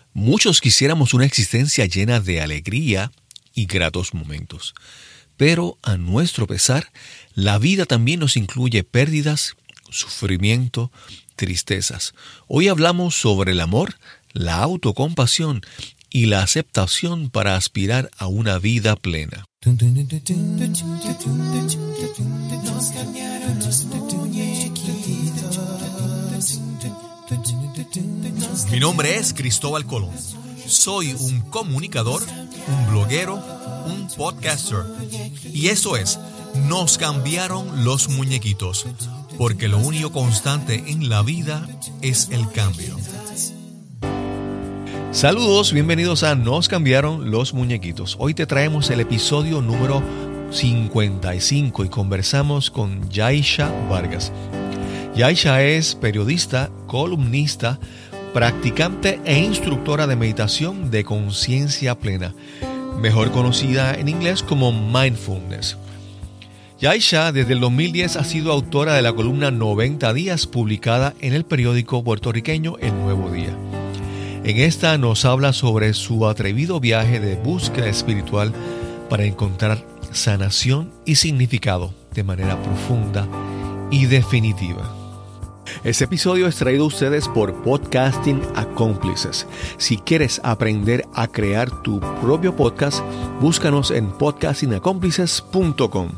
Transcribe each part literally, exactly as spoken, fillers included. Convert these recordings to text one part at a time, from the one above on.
Muchos quisiéramos una existencia llena de alegría y gratos momentos. Pero a nuestro pesar, la vida también nos incluye pérdidas, sufrimiento, tristezas. Hoy hablamos sobre el amor, la autocompasión y la aceptación para aspirar a una vida plena. Mi nombre es Cristóbal Colón. Soy un comunicador, un bloguero, un podcaster. Y eso es, nos cambiaron los muñequitos, porque lo único constante en la vida es el cambio. Saludos, bienvenidos a Nos cambiaron los muñequitos. Hoy te traemos el episodio número cincuenta y cinco y conversamos con Yaisha Vargas. Yaisha es periodista, columnista, practicante e instructora de meditación de conciencia plena, mejor conocida en inglés como mindfulness. Yaisha desde el dos mil diez ha sido autora de la columna noventa días publicada en el periódico puertorriqueño El Nuevo Día. En esta nos habla sobre su atrevido viaje de búsqueda espiritual para encontrar sanación y significado de manera profunda y definitiva. Este episodio es traído a ustedes por Podcasting Accomplices. Si quieres aprender a crear tu propio podcast, búscanos en podcasting accomplices punto com.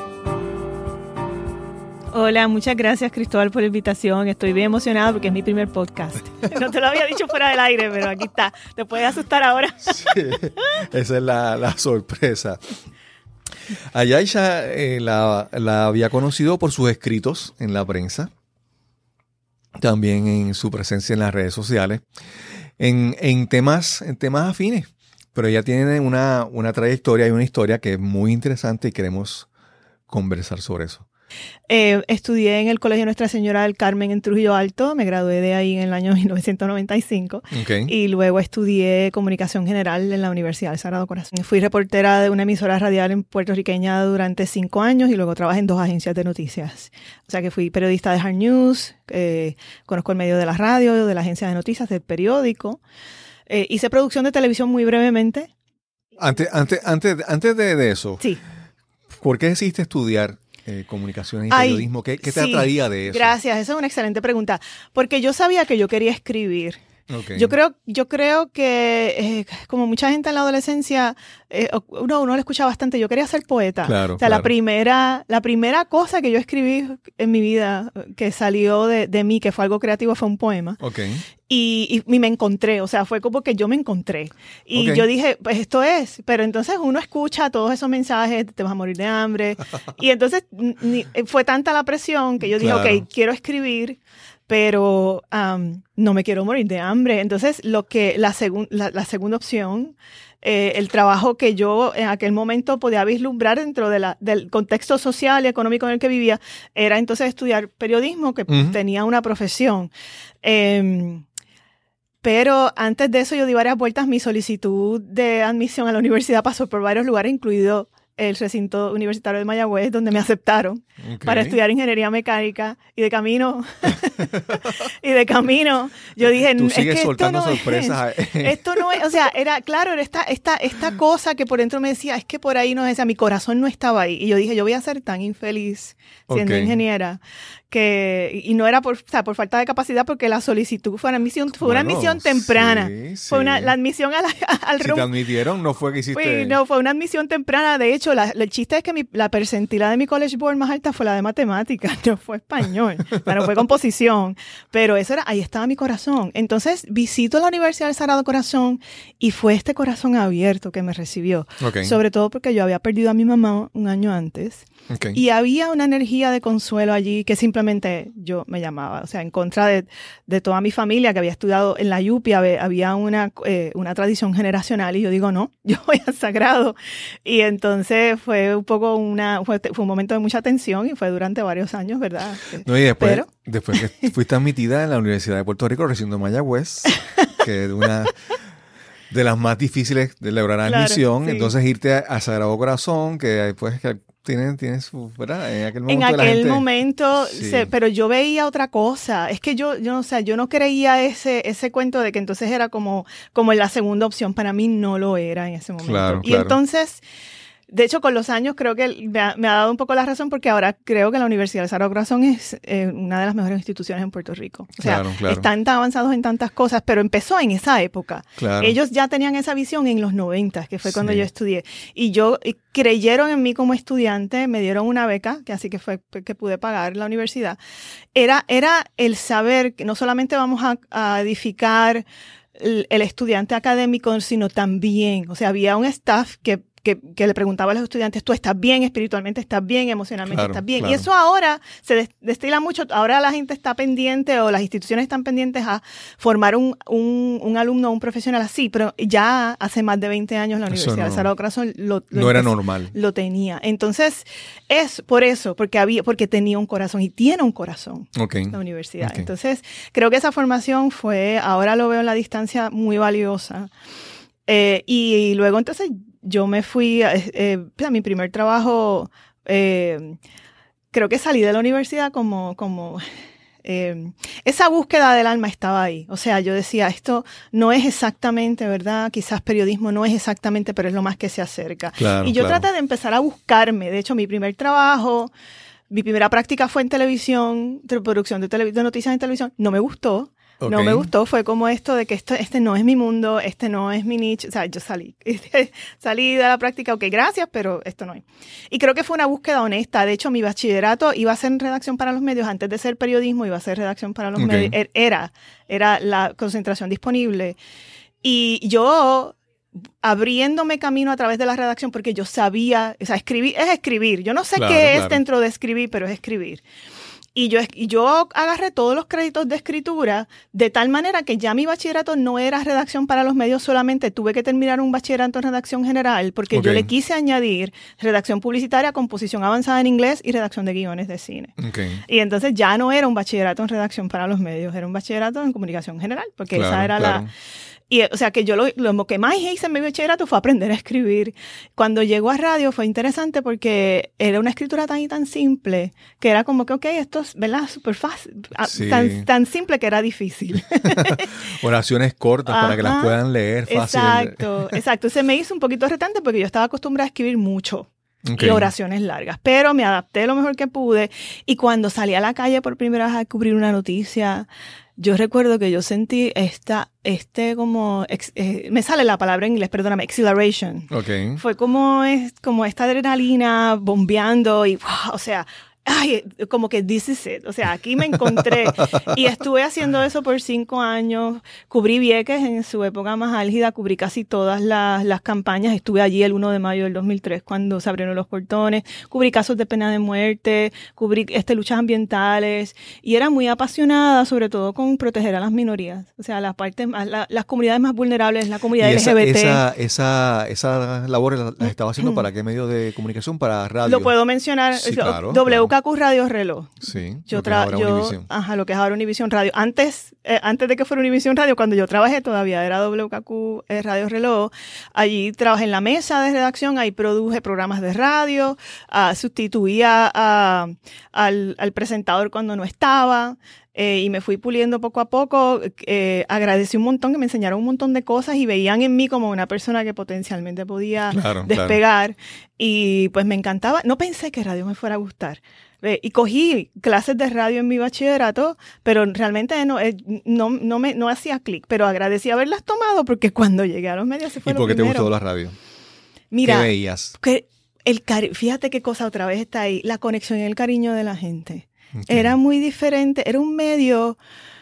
Hola, muchas gracias Cristóbal por la invitación. Estoy bien emocionada porque es mi primer podcast. No te lo había dicho fuera del aire, pero aquí está. ¿Te puedes asustar ahora? Sí, esa es la, la sorpresa. A Yaisha eh, la, la había conocido por sus escritos en la prensa, también en su presencia en las redes sociales, en, en, temas, en temas afines. Pero ella tiene una, una trayectoria y una historia que es muy interesante y queremos conversar sobre eso. Eh, estudié en el Colegio Nuestra Señora del Carmen en Trujillo Alto, me gradué de ahí en el año mil novecientos noventa y cinco okay. Y luego estudié Comunicación General en la Universidad del Sagrado Corazón. Fui reportera de una emisora radial en puertorriqueña durante cinco años y luego trabajé en dos agencias de noticias. O sea que fui periodista de Hard News, eh, conozco el medio de la radio, de la agencia de noticias, del periódico. Eh, hice producción de televisión muy brevemente. Antes, antes, antes, antes de, de eso, sí. ¿Por qué decidiste estudiar Eh, comunicación y periodismo? ¿Qué, qué te sí, atraía de eso? Gracias, esa es una excelente pregunta. Porque yo sabía que yo quería escribir. Okay. Yo creo, yo creo que, eh, como mucha gente en la adolescencia, eh, uno, uno lo escucha bastante, yo quería ser poeta. Claro, o sea, claro. la primera, la primera cosa que yo escribí en mi vida, que salió de, de mí, que fue algo creativo, fue un poema. Okay. Y, y, y me encontré, o sea, fue como que yo me encontré. Y okay. yo dije, pues esto es. Pero entonces uno escucha todos esos mensajes, te vas a morir de hambre. Y entonces ni, fue tanta la presión que yo dije, claro. ok, quiero escribir, pero um, no me quiero morir de hambre. Entonces, lo que la, segun, la, la segunda opción, eh, el trabajo que yo en aquel momento podía vislumbrar dentro de la, del contexto social y económico en el que vivía, era entonces estudiar periodismo, que uh-huh. tenía una profesión. Eh, Pero antes de eso yo di varias vueltas. Mi solicitud de admisión a la universidad pasó por varios lugares, incluido el recinto universitario de Mayagüez, donde me aceptaron okay. para estudiar ingeniería mecánica. Y de camino, y de camino, yo dije, Tú es sigues que soltando esto no sorpresas. Es, esto no es, o sea, era claro, era esta, esta, esta cosa que por dentro me decía, es que por ahí no es, o sea, mi corazón no estaba ahí. Y yo dije, yo voy a ser tan infeliz siendo okay. ingeniera, que, y no era por, o sea, por falta de capacidad, porque la solicitud fue una admisión, fue bueno, una admisión temprana. Sí, sí. Fue una, la admisión a la, al Si rum, te admitieron, no fue que hiciste... Fue, no, fue una admisión temprana. De hecho, la, el chiste es que mi, la percentila de mi College Board más alta fue la de matemáticas, no fue español, bueno, fue composición. Pero eso era, ahí estaba mi corazón. Entonces, visito la Universidad del Sagrado Corazón y fue este corazón abierto que me recibió. Okay. Sobre todo porque yo había perdido a mi mamá un año antes. Okay. Y había una energía de consuelo allí que simplemente yo me llamaba, o sea, en contra de, de toda mi familia que había estudiado en la U P I, había, había una, eh, una tradición generacional y yo digo, no, yo voy al sagrado. Y entonces fue un poco una, fue, fue un momento de mucha tensión y fue durante varios años, ¿verdad? No, y después, Pero, después que fuiste admitida en la Universidad de Puerto Rico, recinto de Mayagüez, que es una... de las más difíciles de lograr claro, admisión, sí. entonces irte a, a Sagrado Corazón, que después que tiene, tiene su, ¿verdad? En aquel momento. En aquel la gente, momento, sí. se, pero yo veía otra cosa. Es que yo, yo no sé, yo no creía ese, ese cuento de que entonces era como, como la segunda opción. Para mí no lo era en ese momento. Claro, y claro. entonces, de hecho, con los años creo que me ha, me ha dado un poco la razón porque ahora creo que la Universidad del Sagrado Corazón es eh, una de las mejores instituciones en Puerto Rico. O sea, claro, claro. están tan avanzados en tantas cosas, pero empezó en esa época. Claro. Ellos ya tenían esa visión en los noventa, que fue cuando Sí. yo estudié. Y yo y creyeron en mí como estudiante, me dieron una beca, que así que fue que pude pagar la universidad. Era, era el saber que no solamente vamos a, a edificar el, el estudiante académico, sino también, o sea, había un staff que Que, que le preguntaba a los estudiantes, ¿tú estás bien espiritualmente? ¿Estás bien emocionalmente? Claro, ¿Estás bien? claro. Y eso ahora se destila mucho. Ahora la gente está pendiente o las instituciones están pendientes a formar un, un, un alumno, un profesional así, pero ya hace más de veinte años la Universidad no, del Sagrado Corazón lo, lo no era empezó, normal. Lo tenía. Entonces, es por eso, porque había, porque tenía un corazón y tiene un corazón Okay. la universidad. Okay. Entonces, creo que esa formación fue, ahora lo veo en la distancia, muy valiosa. Eh, y, y luego entonces yo me fui a, eh, a mi primer trabajo, eh, creo que salí de la universidad como, como eh, esa búsqueda del alma estaba ahí. O sea, yo decía, esto no es exactamente, ¿verdad? Quizás periodismo no es exactamente, pero es lo más que se acerca. Claro, y yo claro. traté de empezar a buscarme. De hecho, mi primer trabajo, mi primera práctica fue en televisión, de producción de, tele, de noticias en televisión. No me gustó. Okay. No me gustó, fue como esto de que esto, este no es mi mundo, este no es mi nicho, o sea, yo salí, salí de la práctica, ok, gracias, pero esto no es. Y creo que fue una búsqueda honesta, de hecho mi bachillerato iba a ser en redacción para los medios, antes de ser periodismo iba a ser redacción para los okay. medios, era, era la concentración disponible. Y yo abriéndome camino a través de la redacción porque yo sabía, o sea, escribir es escribir, yo no sé claro, qué claro. es dentro de escribir, pero es escribir. Y yo, y yo agarré todos los créditos de escritura de tal manera que ya mi bachillerato no era redacción para los medios solamente. Tuve que terminar un bachillerato en redacción general porque okay. yo le quise añadir redacción publicitaria, composición avanzada en inglés y redacción de guiones de cine. Okay. Y entonces ya no era un bachillerato en redacción para los medios, era un bachillerato en comunicación general porque claro, esa era claro. la... Y, o sea, que yo lo, lo que más hice en mi bachillerato fue aprender a escribir. Cuando llegó a radio fue interesante porque era una escritura tan y tan simple que era como que, ok, esto es, ¿verdad? Súper fácil. Sí. Tan, tan simple que era difícil. Oraciones cortas Ajá, para que las puedan leer fácil. Exacto, exacto. Se me hizo un poquito retante porque yo estaba acostumbrada a escribir mucho. Okay. Y oraciones largas, pero me adapté lo mejor que pude y cuando salí a la calle por primera vez a cubrir una noticia, yo recuerdo que yo sentí esta, este como, ex, eh, me sale la palabra en inglés, perdóname, exhilaration. Okay. Fue como, es, como esta adrenalina bombeando y wow, o sea, ay, como que this is it, o sea, aquí me encontré y estuve haciendo eso por cinco años, cubrí Vieques en su época más álgida, cubrí casi todas las, las campañas, estuve allí el primero de mayo del dos mil tres cuando se abrieron los portones, cubrí casos de pena de muerte, cubrí este, luchas ambientales y era muy apasionada sobre todo con proteger a las minorías, o sea, las partes, la, las comunidades más vulnerables, la comunidad ¿Y esa, L G B T. Esa, esa, esa labor la, la estaba haciendo para qué medio de comunicación? ¿Para radio? Lo puedo mencionar, sí, claro, W K Q claro. Radio Reloj. Sí, yo lo que es ahora yo, Univisión. Ajá, lo que es ahora Univisión Radio. Antes, eh, antes de que fuera Univisión Radio, cuando yo trabajé todavía era W K Q eh, Radio Reloj. Allí trabajé en la mesa de redacción, ahí produje programas de radio, uh, sustituía a, al, al presentador cuando no estaba. Eh, y me fui puliendo poco a poco, eh, agradecí un montón, que me enseñaron un montón de cosas y veían en mí como una persona que potencialmente podía claro, despegar claro. Y pues me encantaba, no pensé que radio me fuera a gustar. Eh, y cogí clases de radio en mi bachillerato, pero realmente no, eh, no, no, me, no hacía clic, pero agradecí haberlas tomado porque cuando llegué a los medios se fue ¿Y lo por qué primero. te gustó la radio? Mira, ¿qué veías? Que el cari- fíjate qué cosa otra vez está ahí, la conexión y el cariño de la gente. Okay. Era muy diferente, era un medio,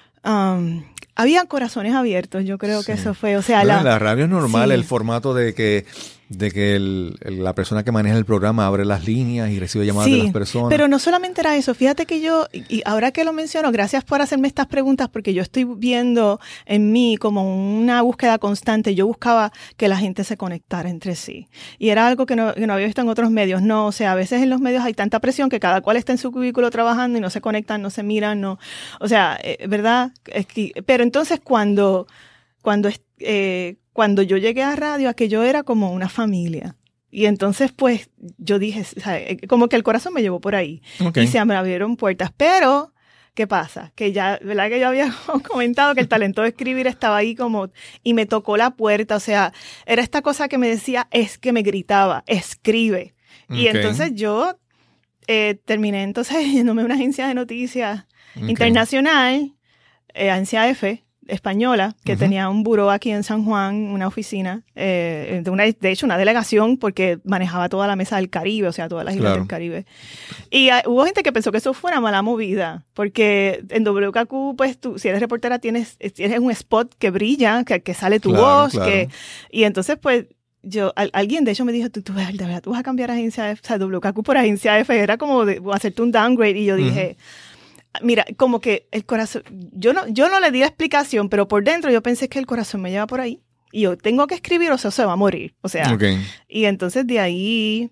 um, había corazones abiertos, yo creo sí. que eso fue, o sea, bueno, la, la radio es normal, sí. el formato de que de que el, el, la persona que maneja el programa abre las líneas y recibe llamadas sí, de las personas. Pero no solamente era eso, fíjate que yo, y ahora que lo menciono, gracias por hacerme estas preguntas, porque yo estoy viendo en mí como una búsqueda constante. Yo buscaba que la gente se conectara entre sí. Y era algo que no, que no había visto en otros medios. No, o sea, a veces en los medios hay tanta presión que cada cual está en su cubículo trabajando y no se conectan, no se miran, no. O sea, eh, ¿verdad? Es que, pero entonces cuando, cuando, eh, cuando yo llegué a radio, aquello era como una familia. Y entonces, pues, yo dije, o sea, como que el corazón me llevó por ahí. Okay. Y se me abrieron puertas. Pero, ¿qué pasa? Que ya, ¿verdad? Que yo había comentado que el talento de escribir estaba ahí como, y me tocó la puerta. O sea, era esta cosa que me decía, es que me gritaba, escribe. Okay. Y entonces yo eh, terminé entonces yéndome a una agencia de noticias okay. internacional, eh, agencia F, española, que uh-huh. tenía un buró aquí en San Juan, una oficina, eh, de, una, de hecho una delegación, porque manejaba toda la mesa del Caribe, o sea, todas las islas claro. del Caribe. Y uh, hubo gente que pensó que eso fuera mala movida, porque en W K Q, pues tú, si eres reportera, tienes, tienes un spot que brilla, que, que sale tu claro, voz, claro. que y entonces, pues, yo, a, alguien de hecho me dijo, tú, tú, de verdad, tú vas a cambiar agencia F, o sea, W K Q por agencia F, era como de, hacerte un downgrade, y yo uh-huh. dije... Mira, como que el corazón, yo no, yo no le di la explicación, pero por dentro yo pensé que el corazón me lleva por ahí. Y yo tengo que escribir o sea, se va a morir. O sea, okay. y entonces de ahí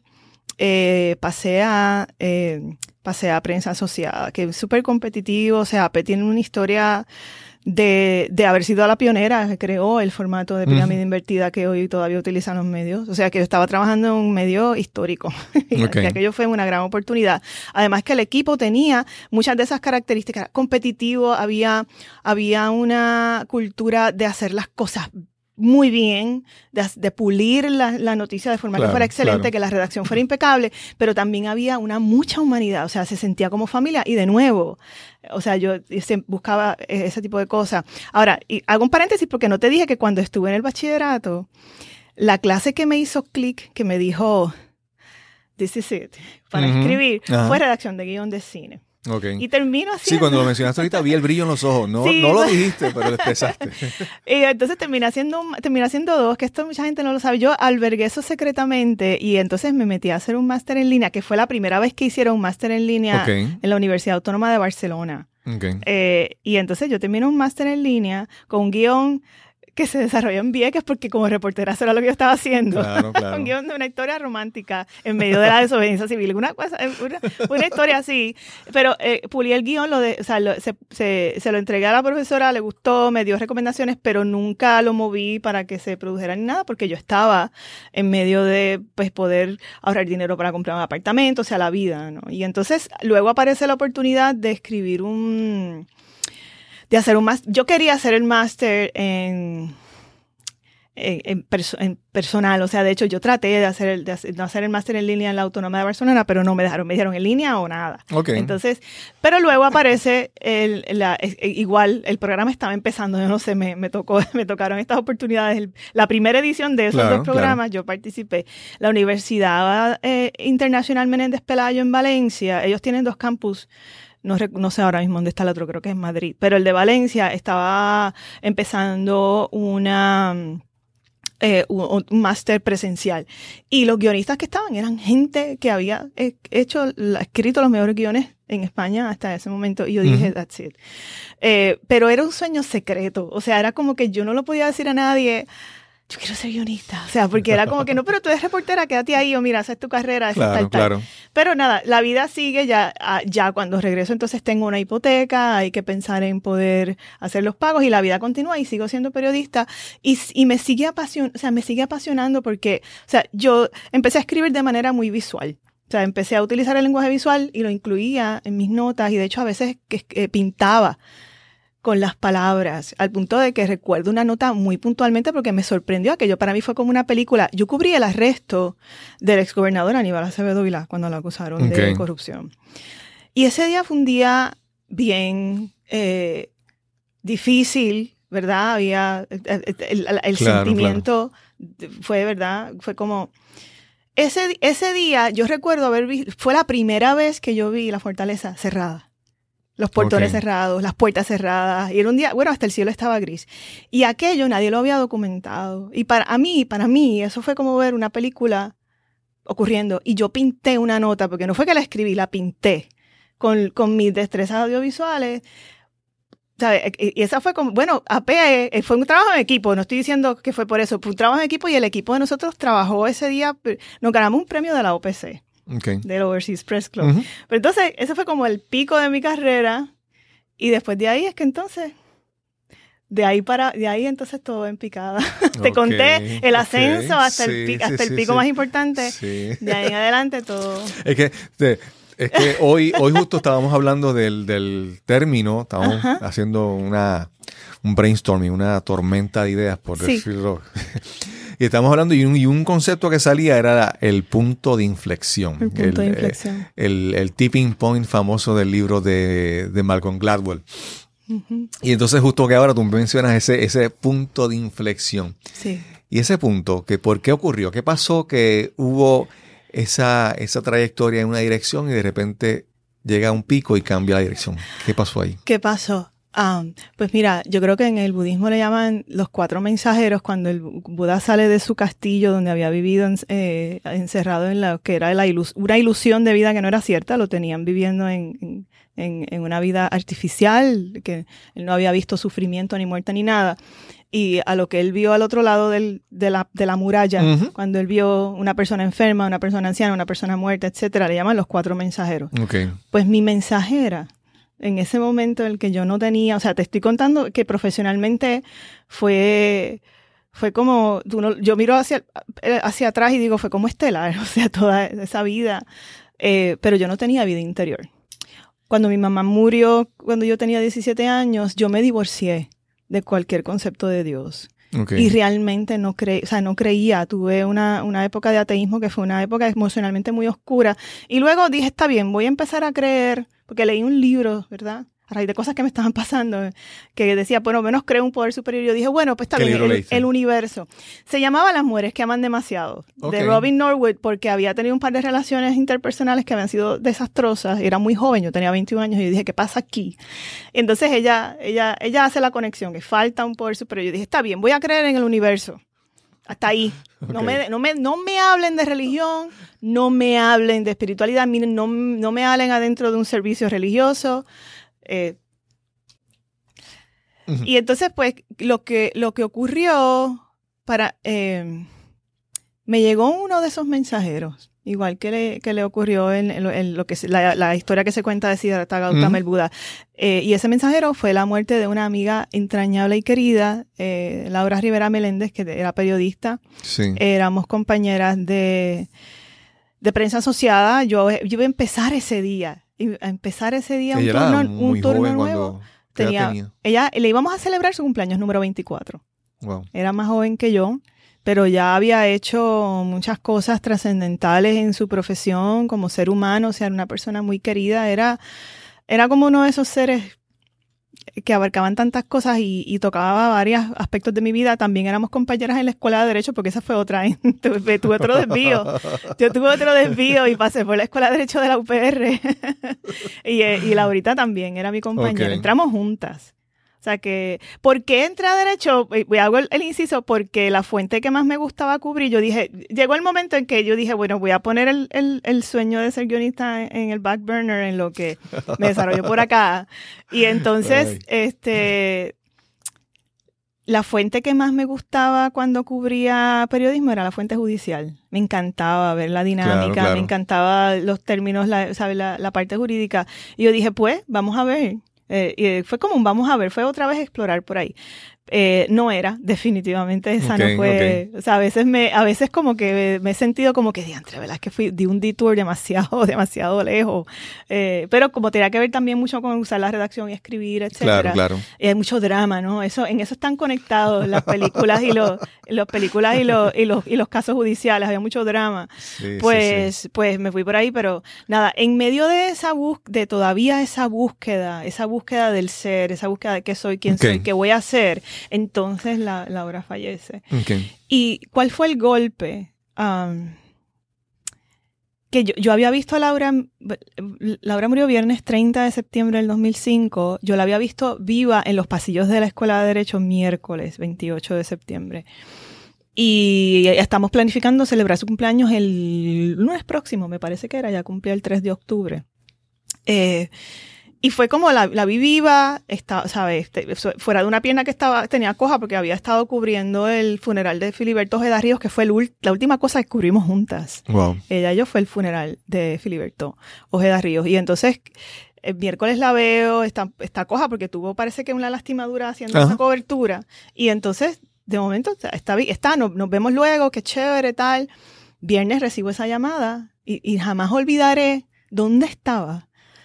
eh, pasé a eh, pasé a prensa asociada, que es súper competitivo. O sea, A P tiene una historia de, de haber sido la pionera que creó el formato de pirámide uh-huh. invertida que hoy todavía utilizan los medios. O sea, que yo estaba trabajando en un medio histórico. Okay. Y aquello fue una gran oportunidad. Además que el equipo tenía muchas de esas características. Competitivo, había, había una cultura de hacer las cosas muy bien, de, de pulir la, la noticia de forma claro, que fuera excelente, claro. que la redacción fuera impecable, pero también había una mucha humanidad, o sea, se sentía como familia. Y de nuevo, o sea, yo buscaba ese tipo de cosas. Ahora, y hago un paréntesis porque no te dije que cuando estuve en el bachillerato, la clase que me hizo clic, que me dijo, this is it, para uh-huh. escribir, uh-huh. fue redacción de guión de cine. Okay. Y termino haciendo... Sí, cuando lo mencionaste ahorita vi el brillo en los ojos. No, sí, no lo dijiste, pero lo expresaste. Y entonces terminé haciendo, terminé haciendo dos, que esto mucha gente no lo sabe. Yo albergué eso secretamente y entonces me metí a hacer un máster en línea, que fue la primera vez que hicieron un máster en línea okay. en la Universidad Autónoma de Barcelona. Okay. Eh, y entonces yo terminé un máster en línea con un guión que se desarrolló en Vieques porque como reportera eso era lo que yo estaba haciendo. Claro, claro. Un guión de una historia romántica en medio de la desobediencia civil. Una, cosa, una, una historia así. Pero eh, pulí el guión, lo de, o sea, lo, se, se, se lo entregué a la profesora, le gustó, me dio recomendaciones, pero nunca lo moví para que se produjera ni nada porque yo estaba en medio de pues, poder ahorrar dinero para comprar un apartamento, o sea, la vida, ¿no? Y entonces luego aparece la oportunidad de escribir un... de hacer un máster. Yo quería hacer el máster en, en, en, perso- en personal, o sea, de hecho yo traté de hacer el, de hacer, de hacer el máster en línea en la Autónoma de Barcelona, pero no me dejaron, me dijeron en línea o nada. Okay. Entonces, pero luego aparece el, la, igual el programa estaba empezando, yo no sé, me, me tocó, me tocaron estas oportunidades. El, la primera edición de esos claro, dos programas, claro. yo participé. La Universidad eh, Internacional Menéndez Pelayo en Valencia, ellos tienen dos campus. No, no sé ahora mismo dónde está el otro, creo que es en Madrid. Pero el de Valencia estaba empezando una, eh, un, un máster presencial. Y los guionistas que estaban eran gente que había hecho, escrito los mejores guiones en España hasta ese momento. Y yo dije, uh-huh. that's it. Eh, pero era un sueño secreto. O sea, era como que yo no lo podía decir a nadie. Yo quiero ser guionista, o sea, porque era como que no, pero tú eres reportera, quédate ahí, o mira, haces tu carrera, claro, tal, tal. Claro. Pero nada, la vida sigue, ya, ya cuando regreso entonces tengo una hipoteca, hay que pensar en poder hacer los pagos y la vida continúa y sigo siendo periodista y, y me sigue apasion, o sea, me sigue apasionando porque, o sea, yo empecé a escribir de manera muy visual. O sea, empecé a utilizar el lenguaje visual y lo incluía en mis notas y de hecho a veces que, que pintaba con las palabras, al punto de que recuerdo una nota muy puntualmente porque me sorprendió, aquello para mí fue como una película. Yo cubrí el arresto del exgobernador Aníbal Acevedo Vilá cuando lo acusaron okay. de corrupción. Y ese día fue un día bien eh, difícil, ¿verdad? Había el, el, el claro, sentimiento, claro. fue, ¿verdad? Fue como... Ese, ese día yo recuerdo haber visto, fue la primera vez que yo vi la fortaleza cerrada. Los portones okay. cerrados, las puertas cerradas. Y era un día, bueno, hasta el cielo estaba gris. Y aquello nadie lo había documentado. Y para a mí, para mí, eso fue como ver una película ocurriendo. Y yo pinté una nota, porque no fue que la escribí, la pinté con, con mis destrezas audiovisuales. ¿Sabes? Y esa fue como, bueno, A P fue un trabajo en equipo. No estoy diciendo que fue por eso. Fue un trabajo en equipo y el equipo de nosotros trabajó ese día. Nos ganamos un premio de la O P C. Okay. Del Overseas Press Club. Uh-huh. Pero entonces, ese fue como el pico de mi carrera. Y después de ahí es que entonces De ahí para, de ahí entonces todo en picada. Te Okay, conté el ascenso okay, hasta, sí, el, pico, sí, hasta sí, el pico sí. más importante. Sí. De ahí en adelante todo. Es que, te- es que hoy, hoy justo estábamos hablando del, del término, estábamos Ajá. haciendo una, un brainstorming, una tormenta de ideas, por Sí. decirlo. Y estamos hablando, y un, y un concepto que salía era el punto de inflexión. El punto de eh, inflexión. el, el tipping point famoso del libro de, de Malcolm Gladwell. Uh-huh. Y entonces justo que ahora tú mencionas ese, ese punto de inflexión. Sí. Y ese punto, que ¿por qué ocurrió? ¿Qué pasó que hubo esa, esa trayectoria en una dirección y de repente llega a un pico y cambia la dirección? ¿Qué pasó ahí? ¿Qué pasó? Um, pues mira, yo creo que en el budismo le llaman los cuatro mensajeros cuando el Buda sale de su castillo donde había vivido en, eh, encerrado en lo que era la ilus- una ilusión de vida que no era cierta, lo tenían viviendo en, en, en una vida artificial, que él no había visto sufrimiento ni muerte ni nada. Y a lo que él vio al otro lado del, de, la, de la muralla, Uh-huh. cuando él vio una persona enferma, una persona anciana, una persona muerta, etcétera, le llaman los cuatro mensajeros. Okay. Pues mi mensajera, en ese momento en el que yo no tenía, o sea, te estoy contando que profesionalmente fue, fue como, tú no, yo miro hacia, hacia atrás y digo, fue como estelar, o sea, toda esa vida, eh, pero yo no tenía vida interior. Cuando mi mamá murió, cuando yo tenía diecisiete años, yo me divorcié de cualquier concepto de Dios. Okay. Y realmente no creí, o sea, no creía. Tuve una, una época de ateísmo que fue una época emocionalmente muy oscura. Y luego dije, está bien, voy a empezar a creer, porque leí un libro, ¿verdad? A raíz de cosas que me estaban pasando, que decía, por lo menos creo un poder superior. Y yo dije, bueno, pues está ¿Qué bien, libro el, leíste? el universo. Se llamaba Las mujeres que aman demasiado, Ok. de Robin Norwood, porque había tenido un par de relaciones interpersonales que habían sido desastrosas. Era muy joven, yo tenía veintiún años, y yo dije, ¿qué pasa aquí? Entonces ella, ella, ella hace la conexión, que falta un poder superior. Yo dije, está bien, voy a creer en el universo. Hasta ahí. No, Ok. me, no, me, no me hablen de religión, no me hablen de espiritualidad, miren, no, no me hablen adentro de un servicio religioso. Eh, Ujú. y entonces, pues, lo que, lo que ocurrió para... Eh, me llegó uno de esos mensajeros, igual que le, que le ocurrió en, en, lo, en lo que se, la, la historia que se cuenta de Siddhartha Gautama, Ujú. el Buda. Eh, y ese mensajero fue la muerte de una amiga entrañable y querida, eh, Laura Rivera Meléndez, que era periodista. Sí. Éramos compañeras de, de prensa asociada. Yo, yo iba a empezar ese día, iba a empezar ese día un Ella era turno, muy un turno joven nuevo. cuando... ¿qué edad Tenía, tenía? ella, le íbamos a celebrar su cumpleaños número veinticuatro. Wow. Era más joven que yo, pero ya había hecho muchas cosas trascendentales en su profesión como ser humano, o sea, era una persona muy querida. Era, era como uno de esos seres que abarcaban tantas cosas y, y tocaba varios aspectos de mi vida. También éramos compañeras en la escuela de Derecho, porque esa fue otra. ¿eh? tuve, tuve otro desvío. Yo tuve otro desvío y pasé por la escuela de Derecho de la U P R. y, eh, y Laurita también era mi compañera. Ok. Entramos juntas. O sea que, ¿por qué entré a Derecho? Voy a hago el, el inciso porque la fuente que más me gustaba cubrir, yo dije, llegó el momento en que yo dije, bueno, voy a poner el, el, el sueño de ser guionista en, en el back burner, en lo que me desarrolló por acá. Y entonces, Ay. este, la fuente que más me gustaba cuando cubría periodismo era la fuente judicial. Me encantaba ver la dinámica, Claro, claro. me encantaba los términos, la, ¿sabe? La, la parte jurídica. Y yo dije, pues, vamos a ver. Eh, y fue como un vamos a ver, fue otra vez explorar por ahí. Eh, no era, definitivamente esa Ok, no fue, o sea, a veces me, a veces como que me he sentido como que, diantre, ¿verdad? Es que fui, di un detour demasiado, demasiado lejos. Eh, pero como tenía que ver también mucho con usar la redacción y escribir, etcétera. Claro, claro. Y hay mucho drama, ¿no? Eso, en eso están conectados las películas y los, las películas y los, y los, y los casos judiciales, había mucho drama. Sí, Pues, sí, sí. pues me fui por ahí, pero nada, en medio de esa búsqueda, de todavía esa búsqueda, esa búsqueda del ser, esa búsqueda de qué soy, quién Ok. soy, qué voy a hacer, entonces la, Laura fallece. Okay. ¿Y cuál fue el golpe? Um, que yo, yo había visto a Laura, Laura murió viernes treinta de septiembre del dos mil cinco, yo la había visto viva en los pasillos de la Escuela de Derecho miércoles veintiocho de septiembre. Y estamos planificando celebrar su cumpleaños el lunes próximo, me parece que era, ya cumplía el tres de octubre. Eh, y fue como la, la vi viva, estaba, ¿sabes? Fuera de una pierna que estaba tenía coja porque había estado cubriendo el funeral de Filiberto Ojeda Ríos, que fue el ult- la última cosa que cubrimos juntas. Wow. Ella y yo fue el funeral de Filiberto Ojeda Ríos. Y entonces el miércoles la veo, está, está coja porque tuvo, parece que una lastimadura haciendo Ajá. esa cobertura. Y entonces, de momento, está, está nos, nos vemos luego, qué chévere, tal. Viernes recibo esa llamada y, y jamás olvidaré dónde estaba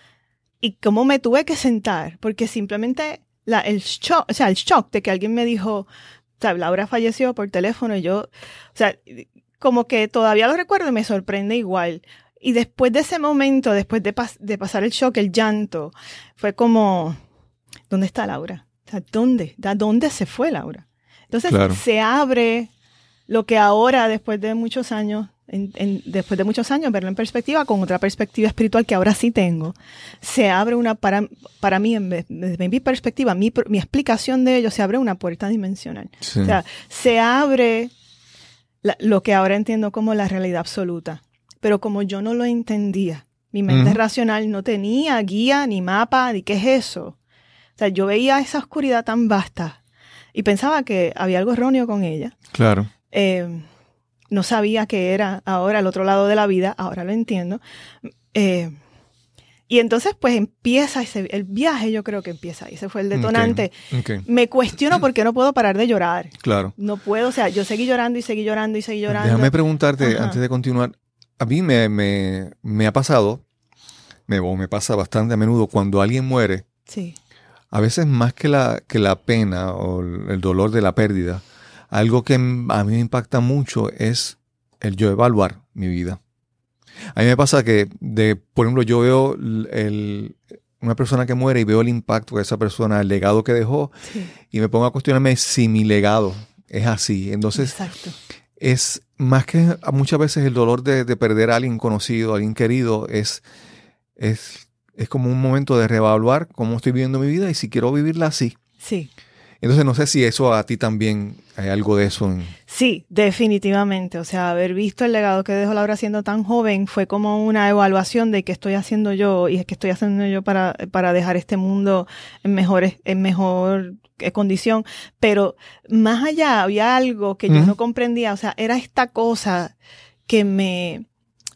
y cómo me tuve que sentar, porque simplemente la, el shock, o sea, el shock de que alguien me dijo, o sea, Laura falleció por teléfono y yo, o sea, como que todavía lo recuerdo y me sorprende igual. Y después de ese momento, después de, pas- de pasar el shock, el llanto, fue como, ¿dónde está Laura? O sea, ¿dónde? ¿A dónde se fue Laura? Entonces Claro. se abre lo que ahora, después de muchos años, en, en, después de muchos años, verlo en perspectiva, con otra perspectiva espiritual que ahora sí tengo, se abre una, para, para mí, desde mi perspectiva, mi, mi explicación de ello, se abre una puerta dimensional. Sí. O sea, se abre la, lo que ahora entiendo como la realidad absoluta. Pero como yo no lo entendía, mi mente Ujú. racional no tenía guía, ni mapa, ni qué es eso. O sea, yo veía esa oscuridad tan vasta y pensaba que había algo erróneo con ella. Claro. Eh, no sabía qué era ahora el otro lado de la vida, ahora lo entiendo. Eh, y entonces pues empieza ese, el viaje, yo creo que empieza ahí, ese fue el detonante. Ok, ok. Me cuestiono por qué no puedo parar de llorar. Claro. No puedo, o sea, yo seguí llorando y seguí llorando y seguí llorando. Déjame preguntarte, Ajá. antes de continuar, a mí me, me, me ha pasado, me, o me pasa bastante a menudo, cuando alguien muere, Sí, a veces más que la, que la pena o el dolor de la pérdida, algo que m- a mí me impacta mucho es el yo evaluar mi vida. A mí me pasa que, de, por ejemplo, yo veo el, el- una persona que muere y veo el impacto de esa persona, el legado que dejó, sí, y me pongo a cuestionarme si mi legado es así. Entonces, exacto. es más que a muchas veces el dolor de, de perder a alguien conocido, a alguien querido, es, es, es como un momento de reevaluar cómo estoy viviendo mi vida y si quiero vivirla así. Sí, Entonces, no sé si eso a ti también hay algo de eso. En... sí, definitivamente. O sea, haber visto el legado que dejó Laura siendo tan joven fue como una evaluación de qué estoy haciendo yo y qué estoy haciendo yo para, para dejar este mundo en mejores, en mejor eh, condición. Pero más allá había algo que yo Ujú. no comprendía. O sea, era esta cosa que me...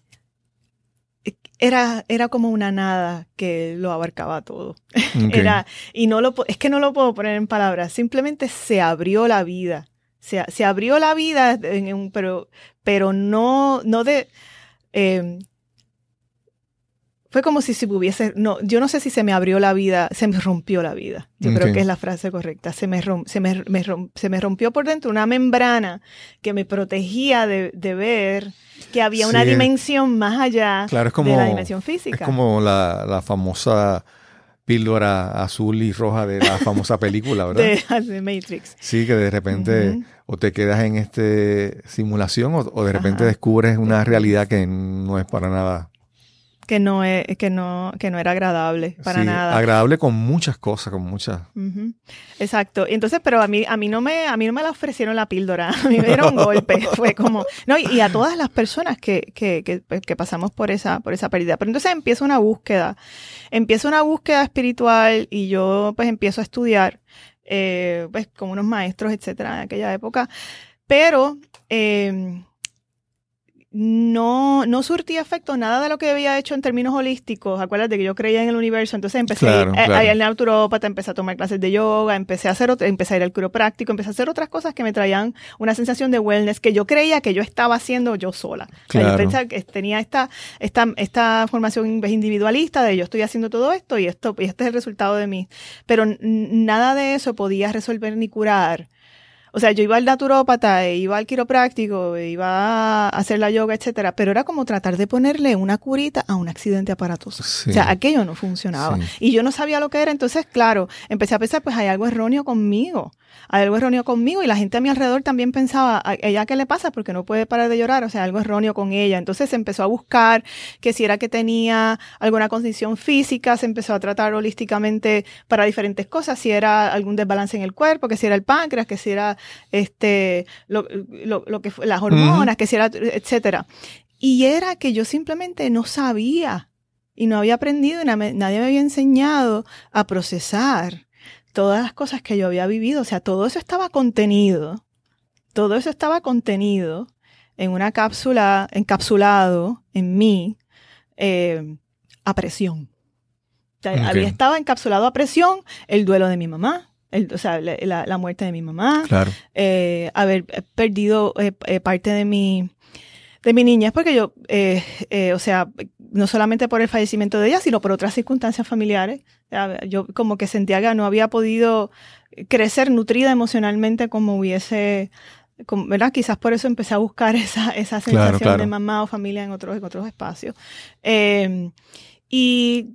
Era, era como una nada que lo abarcaba todo. Ok. Era, y no lo, po- es que no lo puedo poner en palabras, simplemente se abrió la vida. Se, se abrió la vida, en un, pero, pero no, no de, eh, fue como si se hubiese, no, yo no sé si se me abrió la vida, se me rompió la vida. Yo creo Ok. que es la frase correcta. Se me, rom- se me, me rom- se me rompió por dentro una membrana que me protegía de, de ver que había una Sí, dimensión más allá claro, es como, de la dimensión es física. como la, la famosa píldora azul y roja de la famosa película, ¿verdad? de, de Matrix. Sí, que de repente Ujú. o te quedas en esta simulación o, o de repente Ajá. descubres una realidad que no es para nada. Que no, es, que no, que no era agradable para Sí, nada. agradable con muchas cosas, con muchas. Ujú. Exacto. Y entonces, pero a mí, a mí no me, a mí no me la ofrecieron la píldora, a mí me dieron un golpe. Fue como, no, y, y a todas las personas que, que, que, que pasamos por esa, por esa pérdida. Pero entonces empieza una búsqueda, empieza una búsqueda espiritual y yo pues empiezo a estudiar, eh, pues con unos maestros, etcétera, en aquella época. Pero, eh, no, no surtía efecto nada de lo que había hecho en términos holísticos. Acuérdate que yo creía en el universo, entonces empecé Claro, a, ir, a- claro. a ir al naturópata, empecé a tomar clases de yoga, empecé a hacer otra- empecé a ir al quiropráctico, empecé a hacer otras cosas que me traían una sensación de wellness que yo creía que yo estaba haciendo yo sola. O sea, Claro. yo pensaba que tenía esta, esta, esta formación individualista de yo estoy haciendo todo esto y esto, y este es el resultado de mí. Pero n- nada de eso podía resolver ni curar. O sea, yo iba al naturópata, e iba al quiropráctico, e iba a hacer la yoga, etcétera, pero era como tratar de ponerle una curita a un accidente aparatoso. Sí. O sea, aquello no funcionaba. Sí. Y yo no sabía lo que era, entonces, claro, empecé a pensar, pues hay algo erróneo conmigo. Hay algo erróneo conmigo y la gente a mi alrededor también pensaba, ¿a ella qué le pasa? Porque no puede parar de llorar, o sea, algo erróneo con ella. Entonces se empezó a buscar que si era que tenía alguna condición física, se empezó a tratar holísticamente para diferentes cosas, si era algún desbalance en el cuerpo, que si era el páncreas, que si era este lo, lo, lo que fue, las hormonas, uh-huh. que si era, etcétera. Y era que yo simplemente no sabía y no había aprendido y nadie me había enseñado a procesar todas las cosas que yo había vivido. O sea, todo eso estaba contenido, todo eso estaba contenido en una cápsula, encapsulado en mí, eh, a presión. Okay. Había estado encapsulado a presión el duelo de mi mamá, el, o sea, la, la muerte de mi mamá, claro. eh, haber perdido eh, eh, parte de mi, de mi niñez, porque yo, eh, eh, o sea, no solamente por el fallecimiento de ella, sino por otras circunstancias familiares. Yo como que sentía que no había podido crecer nutrida emocionalmente como hubiese, como, ¿verdad? Quizás por eso empecé a buscar esa, esa sensación claro, claro. de mamá o familia en otros, en otros espacios. Eh, y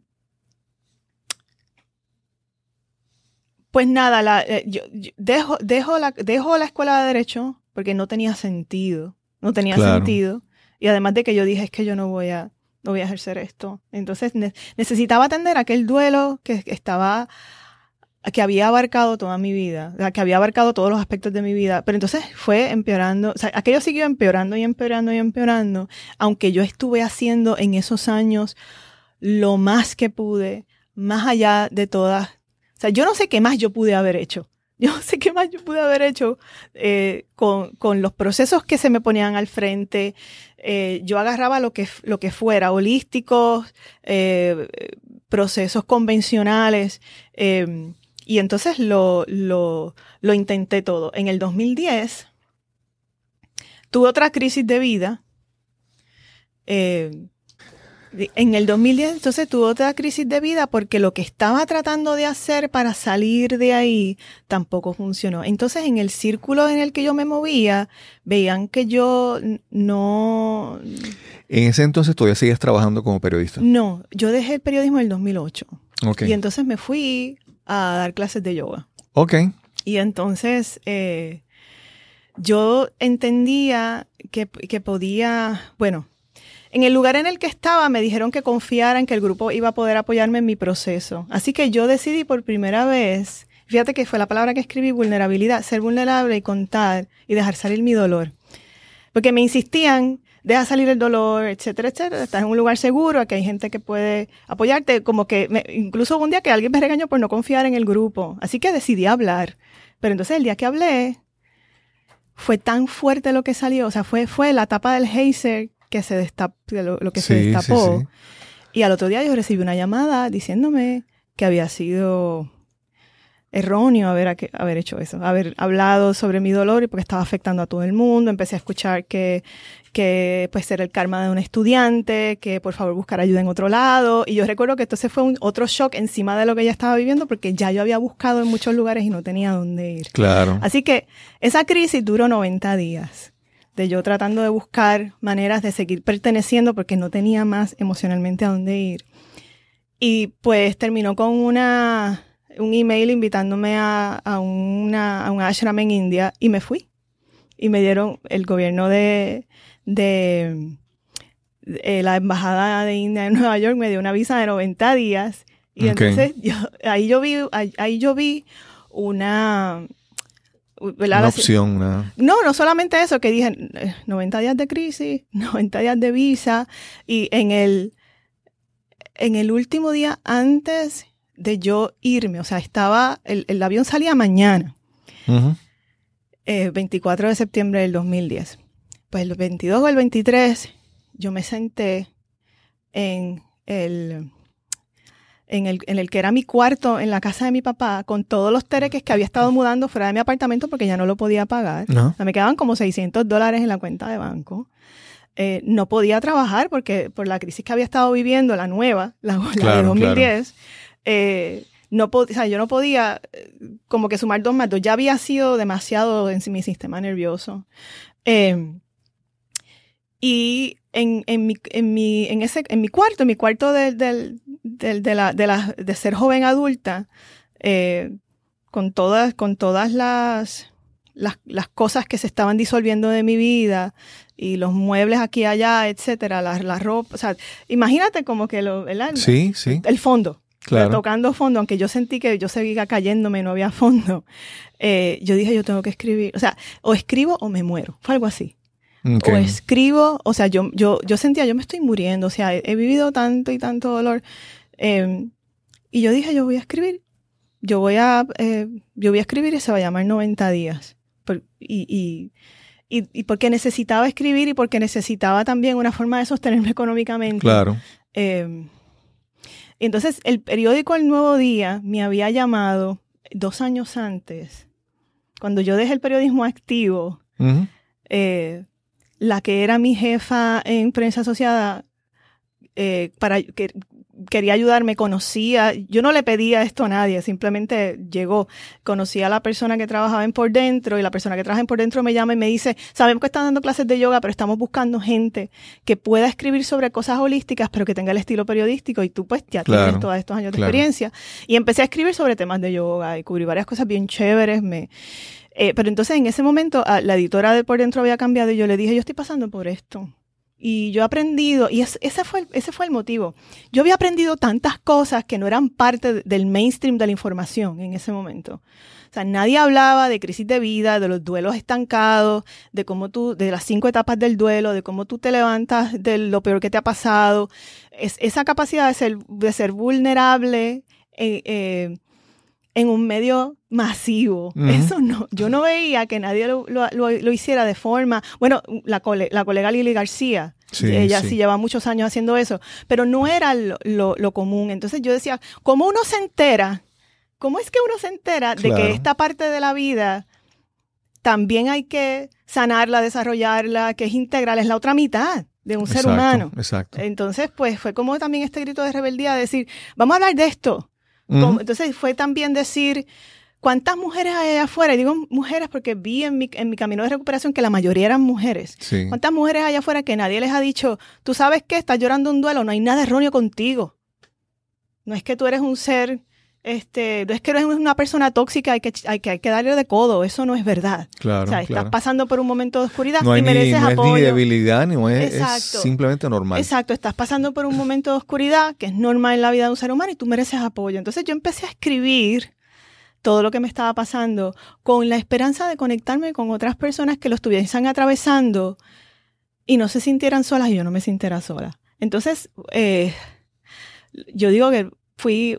pues nada, la, eh, yo, yo dejo, dejo, la, dejo la escuela de Derecho porque no tenía sentido. No tenía claro. sentido. Y además de que yo dije, es que yo no voy a, no voy a ejercer esto. Entonces ne- necesitaba atender aquel duelo que estaba, que había abarcado toda mi vida, que había abarcado todos los aspectos de mi vida. Pero entonces fue empeorando, o sea, aquello siguió empeorando y empeorando y empeorando, aunque yo estuve haciendo en esos años lo más que pude, más allá de todas. O sea, yo no sé qué más yo pude haber hecho. Yo no sé qué más yo pude haber hecho eh, con, con los procesos que se me ponían al frente. Eh, yo agarraba lo que, lo que fuera, holísticos, eh, procesos convencionales, eh, y entonces lo, lo, lo intenté todo. En el dos mil diez tuve otra crisis de vida. Eh, En el dos mil diez, entonces, tuve otra crisis de vida porque lo que estaba tratando de hacer para salir de ahí tampoco funcionó. Entonces, en el círculo en el que yo me movía, veían que yo no... ¿En ese entonces todavía seguías trabajando como periodista? No, yo dejé el periodismo en el dos mil ocho. Okay. Y entonces me fui a dar clases de yoga. Ok. Y entonces eh, yo entendía que, que podía... Bueno... En el lugar en el que estaba me dijeron que confiara en que el grupo iba a poder apoyarme en mi proceso. Así que yo decidí por primera vez, fíjate que fue la palabra que escribí, vulnerabilidad, ser vulnerable y contar y dejar salir mi dolor. Porque me insistían, deja salir el dolor, etcétera, etcétera. Estás en un lugar seguro, aquí hay gente que puede apoyarte. Como que me, incluso un día que alguien me regañó por no confiar en el grupo. Así que decidí hablar. Pero entonces el día que hablé, fue tan fuerte lo que salió. O sea, fue, fue la tapa del geyser que se destapó, lo, lo que sí, se destapó. Sí, sí. Y al otro día yo recibí una llamada diciéndome que había sido erróneo haber, haber hecho eso, haber hablado sobre mi dolor y porque estaba afectando a todo el mundo. Empecé a escuchar que, que pues era el karma de un estudiante, que por favor buscar ayuda en otro lado. Y yo recuerdo que entonces fue un otro shock encima de lo que ella estaba viviendo porque ya yo había buscado en muchos lugares y no tenía dónde ir. Claro. Así que esa crisis duró noventa días. De yo tratando de buscar maneras de seguir perteneciendo porque no tenía más emocionalmente a dónde ir. Y pues terminó con una, un email invitándome a, a, una, a un ashram en India y me fui. Y me dieron, el gobierno de, de, de la embajada de India en Nueva York me dio una visa de noventa días. Y okay. entonces yo, ahí yo vi, ahí, ahí yo vi una... Una opción, ¿no? No, no solamente eso, que dije noventa días de crisis, noventa días de visa, y en el, en el último día antes de yo irme, o sea, estaba, el, el avión salía mañana, uh-huh. eh, veinticuatro de septiembre del dos mil diez. Pues el veintidós o el veintitrés, yo me senté en el... En el, en el que era mi cuarto en la casa de mi papá, con todos los tereques que había estado mudando fuera de mi apartamento porque ya no lo podía pagar. No. O sea, me quedaban como seiscientos dólares en la cuenta de banco. Eh, no podía trabajar porque por la crisis que había estado viviendo, la nueva, la, la claro, de dos mil diez, claro. eh, no pod- o sea, yo no podía eh, como que sumar dos más dos. Ya había sido demasiado en mi sistema nervioso. Eh, y en, en, mi, en, mi, en, ese, en mi cuarto, en mi cuarto del... del De, de, la, de, la, de ser joven adulta, eh, con todas, con todas las, las, las cosas que se estaban disolviendo de mi vida y los muebles aquí y allá, etcétera, la, la ropa, o sea, imagínate como que lo, ¿verdad? Sí, sí. El fondo, claro. Tocando fondo, aunque yo sentí que yo seguía cayéndome y no había fondo, eh, yo dije, yo tengo que escribir, o sea, o escribo o me muero, fue algo así. Okay. O escribo, o sea, yo, yo, yo sentía, yo me estoy muriendo, o sea, he, he vivido tanto y tanto dolor. Eh, y yo dije, yo voy a escribir, yo voy a, eh, yo voy a escribir y se va a llamar noventa días. Por, y, y, y, y porque necesitaba escribir y porque necesitaba también una forma de sostenerme económicamente. Claro. Eh, Y entonces el periódico El Nuevo Día me había llamado dos años antes, cuando yo dejé el periodismo activo, uh-huh. eh, la que era mi jefa en prensa asociada, eh, para que quería ayudarme, conocía, yo no le pedía esto a nadie, simplemente llegó, conocía a la persona que trabajaba en Por Dentro, y la persona que trabaja en Por Dentro me llama y me dice, sabemos que están dando clases de yoga, pero estamos buscando gente que pueda escribir sobre cosas holísticas, pero que tenga el estilo periodístico, y tú pues ya claro, tienes todos estos años de claro. experiencia. Y empecé a escribir sobre temas de yoga y cubrí varias cosas bien chéveres, me... Eh, pero entonces en ese momento la editora de Por Dentro había cambiado y yo le dije, yo estoy pasando por esto. Y yo he aprendido, y es, ese, fue el, ese fue el motivo. Yo había aprendido tantas cosas que no eran parte del mainstream de la información en ese momento. O sea, nadie hablaba de crisis de vida, de los duelos estancados, de cómo tú, de las cinco etapas del duelo, de cómo tú te levantas de lo peor que te ha pasado. Es, esa capacidad de ser, de ser vulnerable eh, eh, en un medio masivo. Uh-huh. Eso no, yo no veía que nadie lo, lo, lo, lo hiciera de forma, bueno, la, cole, la colega Lili García, sí, ella sí. sí lleva muchos años haciendo eso, pero no era lo, lo, lo común. Entonces yo decía, ¿cómo uno se entera? ¿Cómo es que uno se entera claro. de que esta parte de la vida también hay que sanarla, desarrollarla, que es integral, es la otra mitad de un exacto, ser humano? Exacto. Entonces, pues fue como también este grito de rebeldía de decir, vamos a hablar de esto. Uh-huh. Entonces fue también decir, ¿cuántas mujeres hay allá afuera? Y digo mujeres porque vi en mi, en mi camino de recuperación que la mayoría eran mujeres. Sí. ¿Cuántas mujeres hay allá afuera que nadie les ha dicho, tú sabes qué, estás llorando un duelo, no hay nada erróneo contigo? No es que tú eres un ser, este, no es que eres una persona tóxica, hay que, hay que, hay que darle de codo, eso no es verdad. Claro, o sea, estás claro. pasando por un momento de oscuridad no y mereces ni, no apoyo. No es ni debilidad, ni es, es simplemente normal. Exacto, estás pasando por un momento de oscuridad que es normal en la vida de un ser humano y tú mereces apoyo. Entonces yo empecé a escribir todo lo que me estaba pasando con la esperanza de conectarme con otras personas que lo estuviesen atravesando y no se sintieran solas y yo no me sintiera sola. Entonces, eh, yo digo que fui...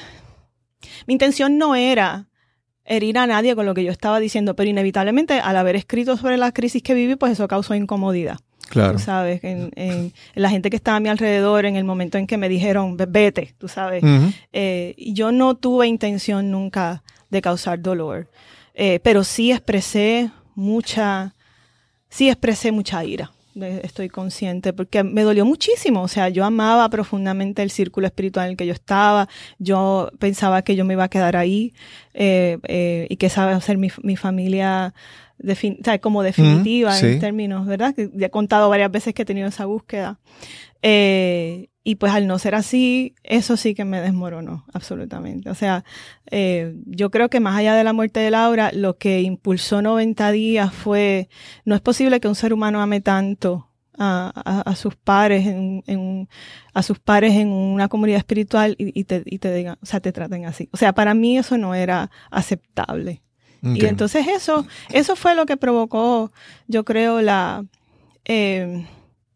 Mi intención no era herir a nadie con lo que yo estaba diciendo, pero inevitablemente al haber escrito sobre la crisis que viví, pues eso causó incomodidad. Claro. Tú sabes, en, en, en la gente que estaba a mi alrededor en el momento en que me dijeron, vete, tú sabes. Uh-huh. Eh, yo no tuve intención nunca de causar dolor, eh, pero sí expresé mucha, sí expresé mucha ira. Estoy consciente, porque me dolió muchísimo. O sea, yo amaba profundamente el círculo espiritual en el que yo estaba. Yo pensaba que yo me iba a quedar ahí eh, eh, y que esa iba a ser mi, mi familia defin- o sea, como definitiva mm, sí. en términos, ¿verdad? Que he contado varias veces que he tenido esa búsqueda. Eh, y pues al no ser así, eso sí que me desmoronó absolutamente. O sea, eh, yo creo que más allá de la muerte de Laura, lo que impulsó noventa días fue, no es posible que un ser humano ame tanto a, a, a sus pares, en, en, a sus pares en una comunidad espiritual y, y, te, y te digan, o sea, te traten así. O sea, para mí eso no era aceptable. Okay. Y entonces eso, eso fue lo que provocó, yo creo, la... Eh,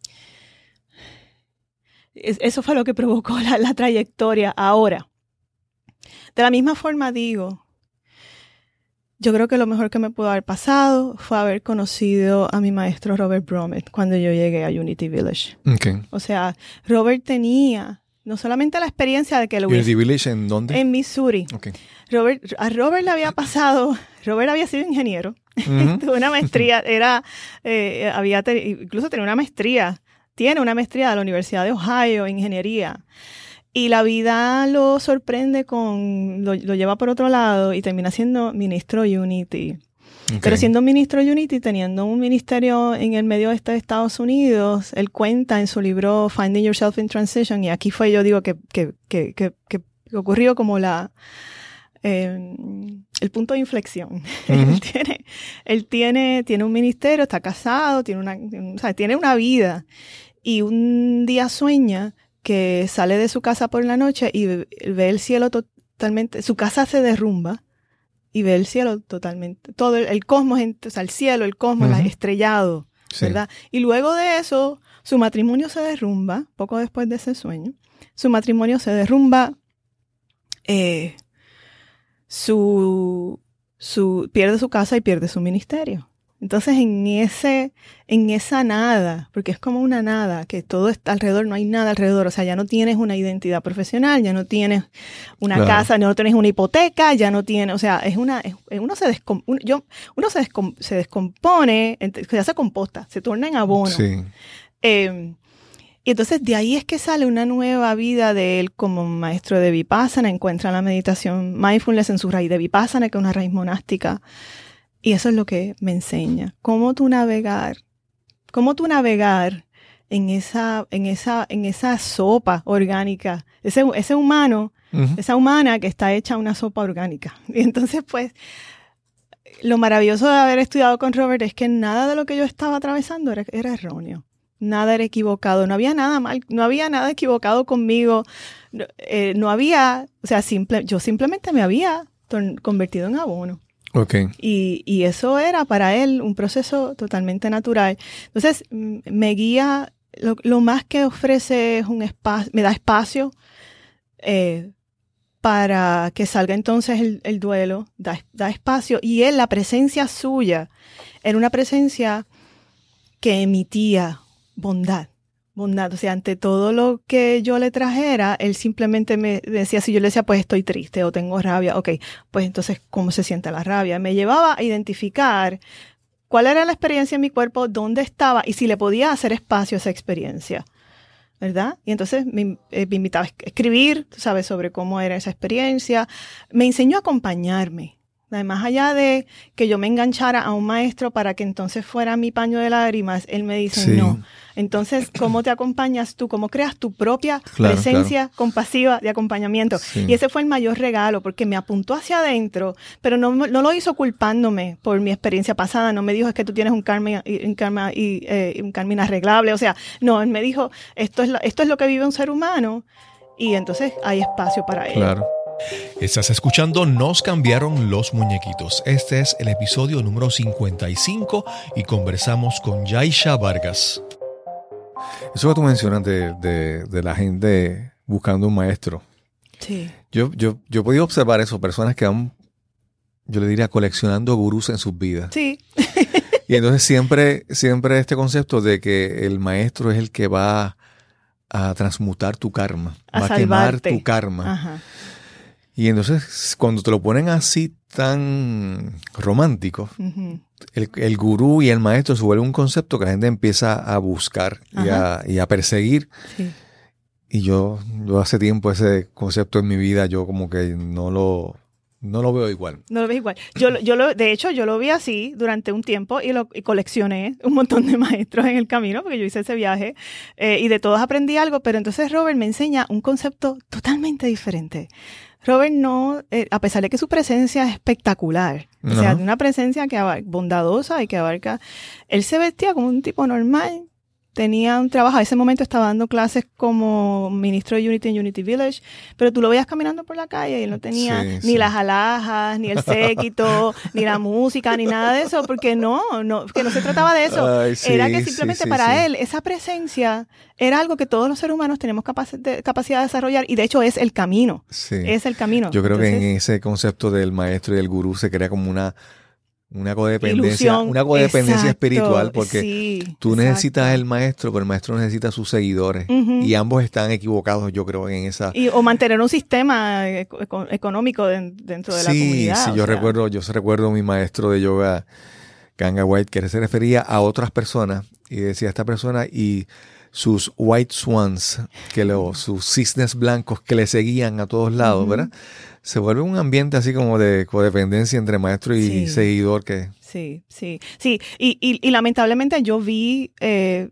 Eso fue lo que provocó la, la trayectoria. Ahora, de la misma forma digo, yo creo que lo mejor que me pudo haber pasado fue haber conocido a mi maestro Robert Bromett cuando yo llegué a Unity Village. Okay. O sea, Robert tenía no solamente la experiencia de que lo hubiese... ¿Unity Village en dónde? En Missouri. Okay. Robert, a Robert le había pasado, Robert había sido ingeniero, uh-huh. tuvo una maestría, era, eh, había te, incluso tenía una maestría. Tiene una maestría de la Universidad de Ohio en ingeniería y la vida lo sorprende con, lo, lo lleva por otro lado y termina siendo ministro Unity. Okay. Pero siendo ministro Unity, teniendo un ministerio en el medio oeste de Estados Unidos, él cuenta en su libro Finding Yourself in Transition, y aquí fue, yo digo, que, que, que, que, que ocurrió como la... Eh, el punto de inflexión. Uh-huh. él tiene, él tiene, tiene un ministerio, está casado, tiene una, o sea, tiene una vida. Y un día sueña que sale de su casa por la noche y ve el cielo totalmente, su casa se derrumba y ve el cielo totalmente, todo el, el cosmos, o sea, el cielo, el cosmos, uh-huh. estrellado, sí. ¿verdad? Y luego de eso, su matrimonio se derrumba, poco después de ese sueño, su matrimonio se derrumba, eh, su, su, pierde su casa y pierde su ministerio. Entonces en ese, en esa nada, porque es como una nada, que todo está alrededor, no hay nada alrededor, o sea, ya no tienes una identidad profesional, ya no tienes una Claro. casa, ya no tienes una hipoteca, ya no tienes, o sea, es una, es- uno se descom, un- yo, uno se, descom- se descompone, ent- se hace composta, se torna en abono. Sí. Eh, y entonces de ahí es que sale una nueva vida de él como maestro de Vipassana, encuentra la meditación mindfulness en su raíz de Vipassana, que es una raíz monástica. Y eso es lo que me enseña. Cómo tú navegar, cómo tú navegar en esa, en esa, en esa sopa orgánica. Ese, ese humano, Ujú. esa humana que está hecha una sopa orgánica. Y entonces, pues, lo maravilloso de haber estudiado con Robert es que nada de lo que yo estaba atravesando era, era erróneo. Nada era equivocado. No había nada mal, no había nada equivocado conmigo. No, eh, no había, o sea, simple, yo simplemente me había torn- convertido en abono. Ok. Y, y eso era para él un proceso totalmente natural. Entonces, mm, me guía, lo, lo más que ofrece es un espacio, me da espacio eh, para que salga entonces el, el duelo, da, da espacio. Y él, la presencia suya, era una presencia que emitía bondad. Bondad, o sea, ante todo lo que yo le trajera, él simplemente me decía, si yo le decía, pues estoy triste o tengo rabia, ok, pues entonces, ¿cómo se siente la rabia? Me llevaba a identificar cuál era la experiencia en mi cuerpo, dónde estaba y si le podía hacer espacio a esa experiencia, ¿verdad? Y entonces me, eh, me invitaba a escribir, tú sabes, sobre cómo era esa experiencia. Me enseñó a acompañarme. Más allá de que yo me enganchara a un maestro para que entonces fuera mi paño de lágrimas, él me dice, Sí. no. Entonces, ¿cómo te acompañas tú? ¿Cómo creas tu propia Claro, presencia compasiva de acompañamiento? Sí. Y ese fue el mayor regalo, porque me apuntó hacia adentro, pero no, no lo hizo culpándome por mi experiencia pasada. No me dijo, es que tú tienes un karma, un karma, y, eh, un karma inarreglable. O sea, no, él me dijo, esto es, lo, esto es lo que vive un ser humano, y entonces hay espacio para él. Claro. Estás escuchando Nos cambiaron los muñequitos. Este es el episodio número cincuenta y cinco y conversamos con Yaisha Vargas. Eso que tú mencionas de, de, de la gente buscando un maestro. Sí. Yo, yo, yo he podido observar eso, personas que van, yo le diría, coleccionando gurús en sus vidas. Sí. Y entonces siempre, siempre este concepto de que el maestro es el que va a transmutar tu karma, A va a quemar salvarte. tu karma. Ajá. Y entonces cuando te lo ponen así tan romántico, Ujú. el, el gurú y el maestro se vuelve un concepto que la gente empieza a buscar y a, y a perseguir. Sí. Y yo, yo hace tiempo ese concepto en mi vida, yo como que no lo, no lo veo igual. No lo ves igual. Yo, lo- yo lo, de hecho, yo lo vi así durante un tiempo y, lo, y coleccioné un montón de maestros en el camino porque yo hice ese viaje eh, y de todos aprendí algo, pero entonces Robert me enseña un concepto totalmente diferente. Robert no, eh, a pesar de que su presencia es espectacular, o sea, Ajá. de una presencia que abarca, bondadosa y que abarca, él se vestía como un tipo normal. Tenía un trabajo, a ese momento estaba dando clases como ministro de Unity en Unity Village, pero tú lo veías caminando por la calle y él no tenía Sí, ni sí. las alhajas, ni el séquito, ni la música, ni nada de eso, porque no, no, que no se trataba de eso. Ay, sí, era que sí, simplemente sí, para sí. él esa presencia era algo que todos los seres humanos tenemos capac- de- capacidad de desarrollar y de hecho es el camino, Sí. es el camino. Yo creo que en Entonces, ese concepto del maestro y del gurú se crea como una, una codependencia, ilusión, una codependencia exacto, espiritual, porque sí, tú exacto. necesitas el maestro, pero el maestro necesita sus seguidores. Ujú. Y ambos están equivocados, yo creo, en esa. Y, o mantener un sistema eco- eco- económico den- dentro de la Sí, comunidad. sí, o yo sea. recuerdo, yo recuerdo mi maestro de yoga, Ganga White, que se refería a otras personas y decía esta persona y sus white swans, que lo, sus cisnes blancos que le seguían a todos lados, Ujú. ¿verdad? Se vuelve un ambiente así como de codependencia entre maestro y Sí. seguidor que... Sí, sí, sí. Y, y, y lamentablemente yo vi eh,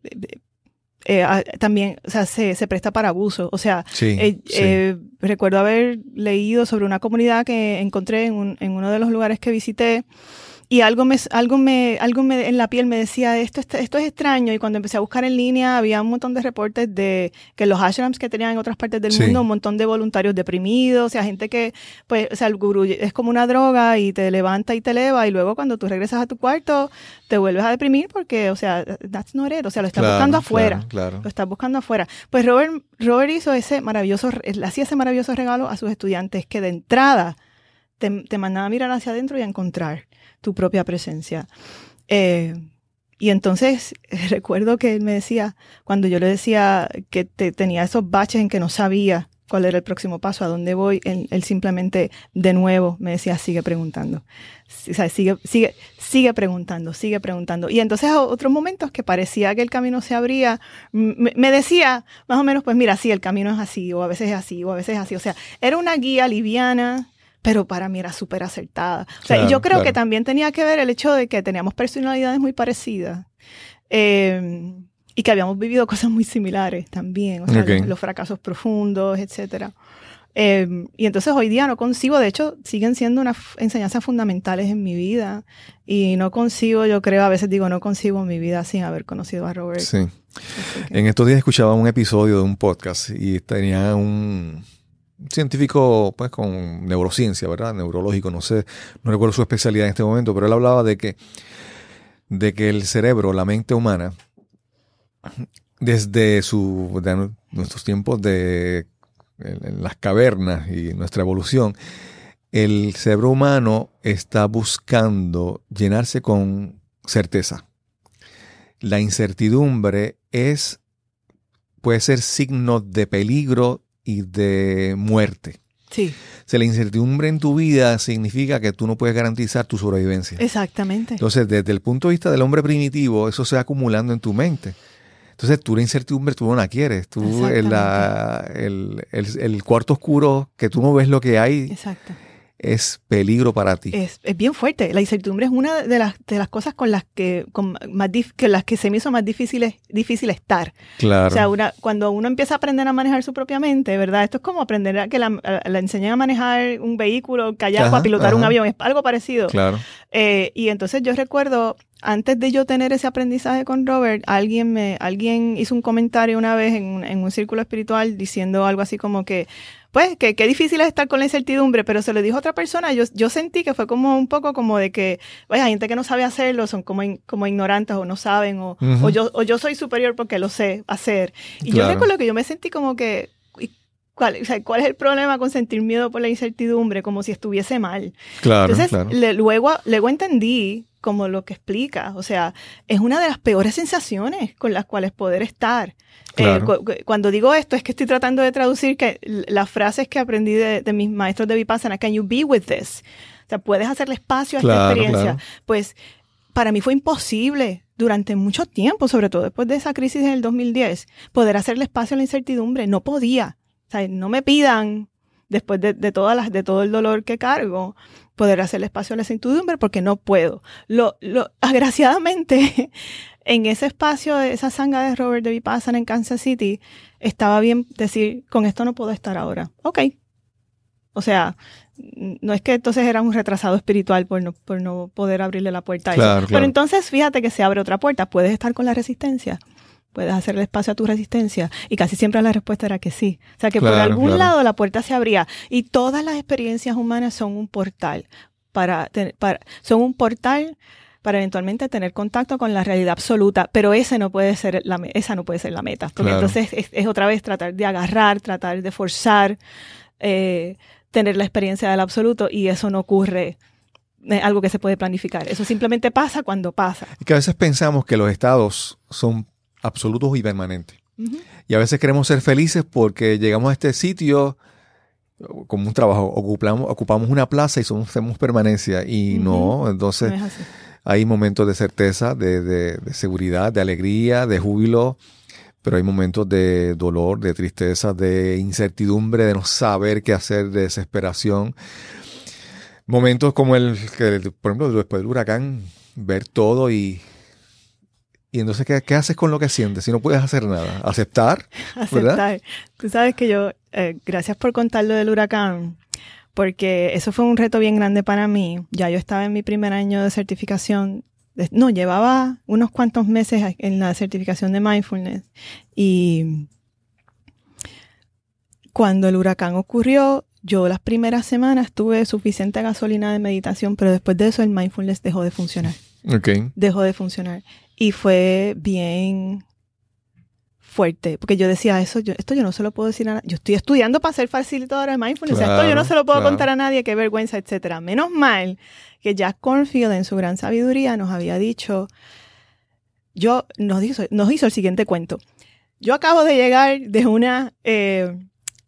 eh, ah, también, o sea, se, se presta para abuso. O sea, Sí, eh, sí. eh, recuerdo haber leído sobre una comunidad que encontré en, un, en uno de los lugares que visité. Y algo me, algo me, algo me, en la piel me decía, esto, esto, esto es extraño. Y cuando empecé a buscar en línea, había un montón de reportes de que los ashrams que tenían en otras partes del Sí. mundo, un montón de voluntarios deprimidos, o sea, gente que, pues, o sea, el gurú es como una droga y te levanta y te eleva. Y luego cuando tú regresas a tu cuarto, te vuelves a deprimir porque, o sea, that's not it. O sea, lo estás Claro, buscando afuera. Claro, claro. Lo estás buscando afuera. Pues Robert, Robert hizo ese maravilloso, él hacía ese maravilloso regalo a sus estudiantes que de entrada te, te mandaba a mirar hacia adentro y a encontrar tu propia presencia. Eh, y entonces recuerdo que él me decía, cuando yo le decía que te, tenía esos baches en que no sabía cuál era el próximo paso, a dónde voy, él, él simplemente de nuevo me decía, sigue preguntando. O sea, sigue, sigue, sigue preguntando, sigue preguntando. Y entonces a otros momentos que parecía que el camino se abría, me, me decía más o menos, pues mira, sí, el camino es así, o a veces es así, o a veces es así. O sea, era una guía liviana, pero para mí era súper acertada. O sea, Claro, y yo creo claro. que también tenía que ver el hecho de que teníamos personalidades muy parecidas. Eh, y que habíamos vivido cosas muy similares también, o sea, Okay. los, los fracasos profundos, etcétera. Eh, y entonces hoy día no concibo, de hecho, siguen siendo unas enseñanzas fundamentales en mi vida. Y no concibo, yo creo, a veces digo, no concibo mi vida sin haber conocido a Robert. Sí. que... En estos días escuchaba un episodio de un podcast y tenía un científico pues con neurociencia, ¿verdad? Neurológico, no sé, no recuerdo su especialidad en este momento, pero él hablaba de que, de que el cerebro, la mente humana, desde su, de nuestros tiempos de en, en las cavernas y nuestra evolución, el cerebro humano está buscando llenarse con certeza. La incertidumbre es, puede ser signo de peligro y de muerte. Sí. O sea, la incertidumbre en tu vida significa que tú no puedes garantizar tu sobrevivencia. Exactamente. Entonces, desde el punto de vista del hombre primitivo, eso se va acumulando en tu mente. Entonces, tú la incertidumbre tú no la quieres. Tú, el, la, el, el, el cuarto oscuro, que tú no ves lo que hay, Exacto. es peligro para ti. Es, es bien fuerte. La incertidumbre es una de las, de las cosas con las que, con más dif, que las que se me hizo más difícil, difícil estar. Claro. O sea, una, cuando uno empieza a aprender a manejar su propia mente, ¿verdad? Esto es como aprender a que la, a, la enseñen a manejar un vehículo, kayak, o a pilotar ajá. un avión. Es algo parecido. Claro. Eh, y entonces yo recuerdo, antes de yo tener ese aprendizaje con Robert, alguien me, alguien hizo un comentario una vez en, en un círculo espiritual diciendo algo así como que, pues, que qué difícil es estar con la incertidumbre, pero se lo dijo a otra persona. Yo, yo sentí que fue como un poco como de que, oye, hay gente que no sabe hacerlo, son como, in, como ignorantes o no saben, o, uh-huh. o, yo, o yo soy superior porque lo sé hacer. Y claro. yo recuerdo que yo me sentí como que, ¿cuál, o sea, ¿cuál es el problema con sentir miedo por la incertidumbre? Como si estuviese mal. Claro, Entonces, claro. Le, luego, luego entendí como lo que explica. O sea, es una de las peores sensaciones con las cuales poder estar. Claro. Eh, cu cuando digo esto es que estoy tratando de traducir que las frases que aprendí de, de mis maestros de Vipassana, can you be with this? O sea, puedes hacerle espacio a claro, esta experiencia. Claro. Pues para mí fue imposible durante mucho tiempo, sobre todo después de esa crisis en el dos mil diez, poder hacerle espacio a la incertidumbre. No podía. O sea, no me pidan, después de, de, todas las, de todo el dolor que cargo, poder hacerle espacio a la incertidumbre porque no puedo. Lo, lo, agraciadamente, en ese espacio, de esa sanga de Robert de Vipassana en Kansas City, estaba bien decir, con esto no puedo estar ahora. Ok. O sea, no es que entonces era un retrasado espiritual por no, por no poder abrirle la puerta a claro, eso. claro. Pero entonces, fíjate que se abre otra puerta. Puedes estar con la resistencia. Puedes hacerle espacio a tu resistencia. Y casi siempre la respuesta era que sí. O sea, que claro, por algún claro. lado la puerta se abría. Y todas las experiencias humanas son un portal. Para, para, son un portal para eventualmente tener contacto con la realidad absoluta. Pero ese no puede ser la, esa no puede ser la meta. Porque claro. entonces es, es otra vez tratar de agarrar, tratar de forzar, eh, tener la experiencia del absoluto. Y eso no ocurre. Es algo que se puede planificar. Eso simplemente pasa cuando pasa. Y que a veces pensamos que los estados son absolutos y permanentes. Uh-huh. Y a veces queremos ser felices porque llegamos a este sitio como un trabajo, ocupamos, ocupamos una plaza y somos, somos permanencia. Y uh-huh. no, entonces no hay momentos de certeza, de, de, de seguridad, de alegría, de júbilo, pero hay momentos de dolor, de tristeza, de incertidumbre, de no saber qué hacer, de desesperación. Momentos como el que, por ejemplo, después del huracán, ver todo y... Y entonces, ¿qué, ¿qué haces con lo que sientes? Si no puedes hacer nada. Aceptar, ¿verdad? Aceptar. Tú sabes que yo, eh, gracias por contar lo del huracán, porque eso fue un reto bien grande para mí. Ya yo estaba en mi primer año de certificación. De, no, llevaba unos cuantos meses en la certificación de mindfulness. Y cuando el huracán ocurrió, yo las primeras semanas tuve suficiente gasolina de meditación, pero después de eso el mindfulness dejó de funcionar. Okay. Dejó de funcionar. Y fue bien fuerte, porque yo decía, eso, yo, esto yo no se lo puedo decir a nadie. Yo estoy estudiando para ser facilitadora de mindfulness. Claro, esto yo no se lo puedo claro. contar a nadie, qué vergüenza, etcétera. Menos mal que Jack Kornfield, en su gran sabiduría, nos había dicho, yo, nos hizo, nos hizo el siguiente cuento. Yo acabo de llegar de una eh,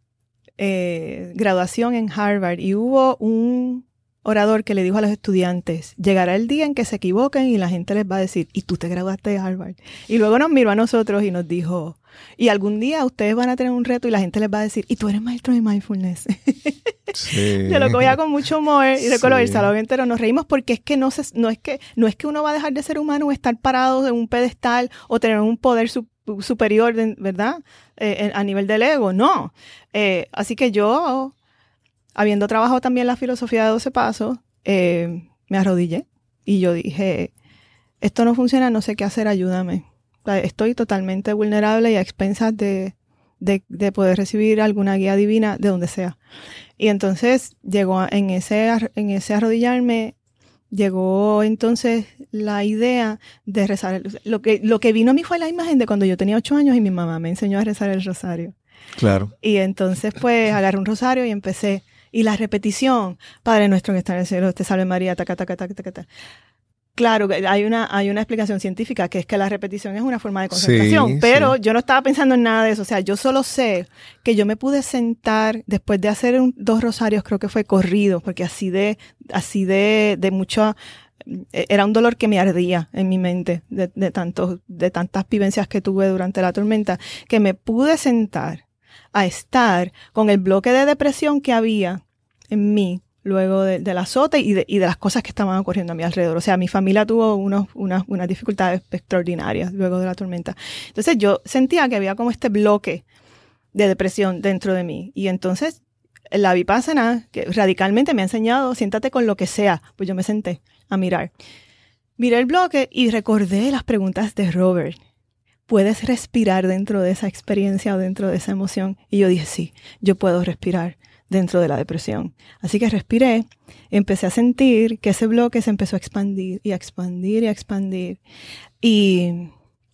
eh, graduación en Harvard y hubo un orador que le dijo a los estudiantes, llegará el día en que se equivoquen y la gente les va a decir, ¿y tú te graduaste de Harvard? Y luego nos miró a nosotros y nos dijo, y algún día ustedes van a tener un reto y la gente les va a decir, ¿y tú eres maestro de mindfulness? Sí. Yo lo cogía con mucho humor y recuerdo sí. el salón entero nos reímos porque es que no, se, no, es que no es que uno va a dejar de ser humano o estar parado en un pedestal o tener un poder su, superior, ¿verdad? Eh, a nivel del ego, no. Eh, así que yo... Habiendo trabajado también la filosofía de doce pasos, eh, me arrodillé y yo dije, esto no funciona, no sé qué hacer, ayúdame. O sea, estoy totalmente vulnerable y a expensas de, de, de poder recibir alguna guía divina de donde sea. Y entonces llegó en ese, en ese arrodillarme, llegó entonces la idea de rezar. Lo que, lo que vino a mí fue la imagen de cuando yo tenía ocho años y mi mamá me enseñó a rezar el rosario. Claro. Y entonces pues agarré un rosario y empecé. Y la repetición, Padre nuestro que está en el cielo, te salve María, taca, taca, taca, taca, taca. Claro, hay una, hay una explicación científica, que es que la repetición es una forma de concentración, sí, pero sí. yo no estaba pensando en nada de eso. O sea, yo solo sé que yo me pude sentar después de hacer un, dos rosarios, creo que fue corrido, porque así de, así de, de mucho, era un dolor que me ardía en mi mente, de, de tantos, de tantas vivencias que tuve durante la tormenta, que me pude sentar a estar con el bloque de depresión que había en mí luego de, del azote y de, y de las cosas que estaban ocurriendo a mi alrededor. O sea, mi familia tuvo unos, unas, unas dificultades extraordinarias luego de la tormenta. Entonces yo sentía que había como este bloque de depresión dentro de mí. Y entonces la Vipassana, que radicalmente me ha enseñado, siéntate con lo que sea. Pues yo me senté a mirar. Miré el bloque y recordé las preguntas de Robert. ¿Puedes respirar dentro de esa experiencia o dentro de esa emoción? Y yo dije, sí, yo puedo respirar dentro de la depresión. Así que respiré, empecé a sentir que ese bloque se empezó a expandir y a expandir y a expandir. Y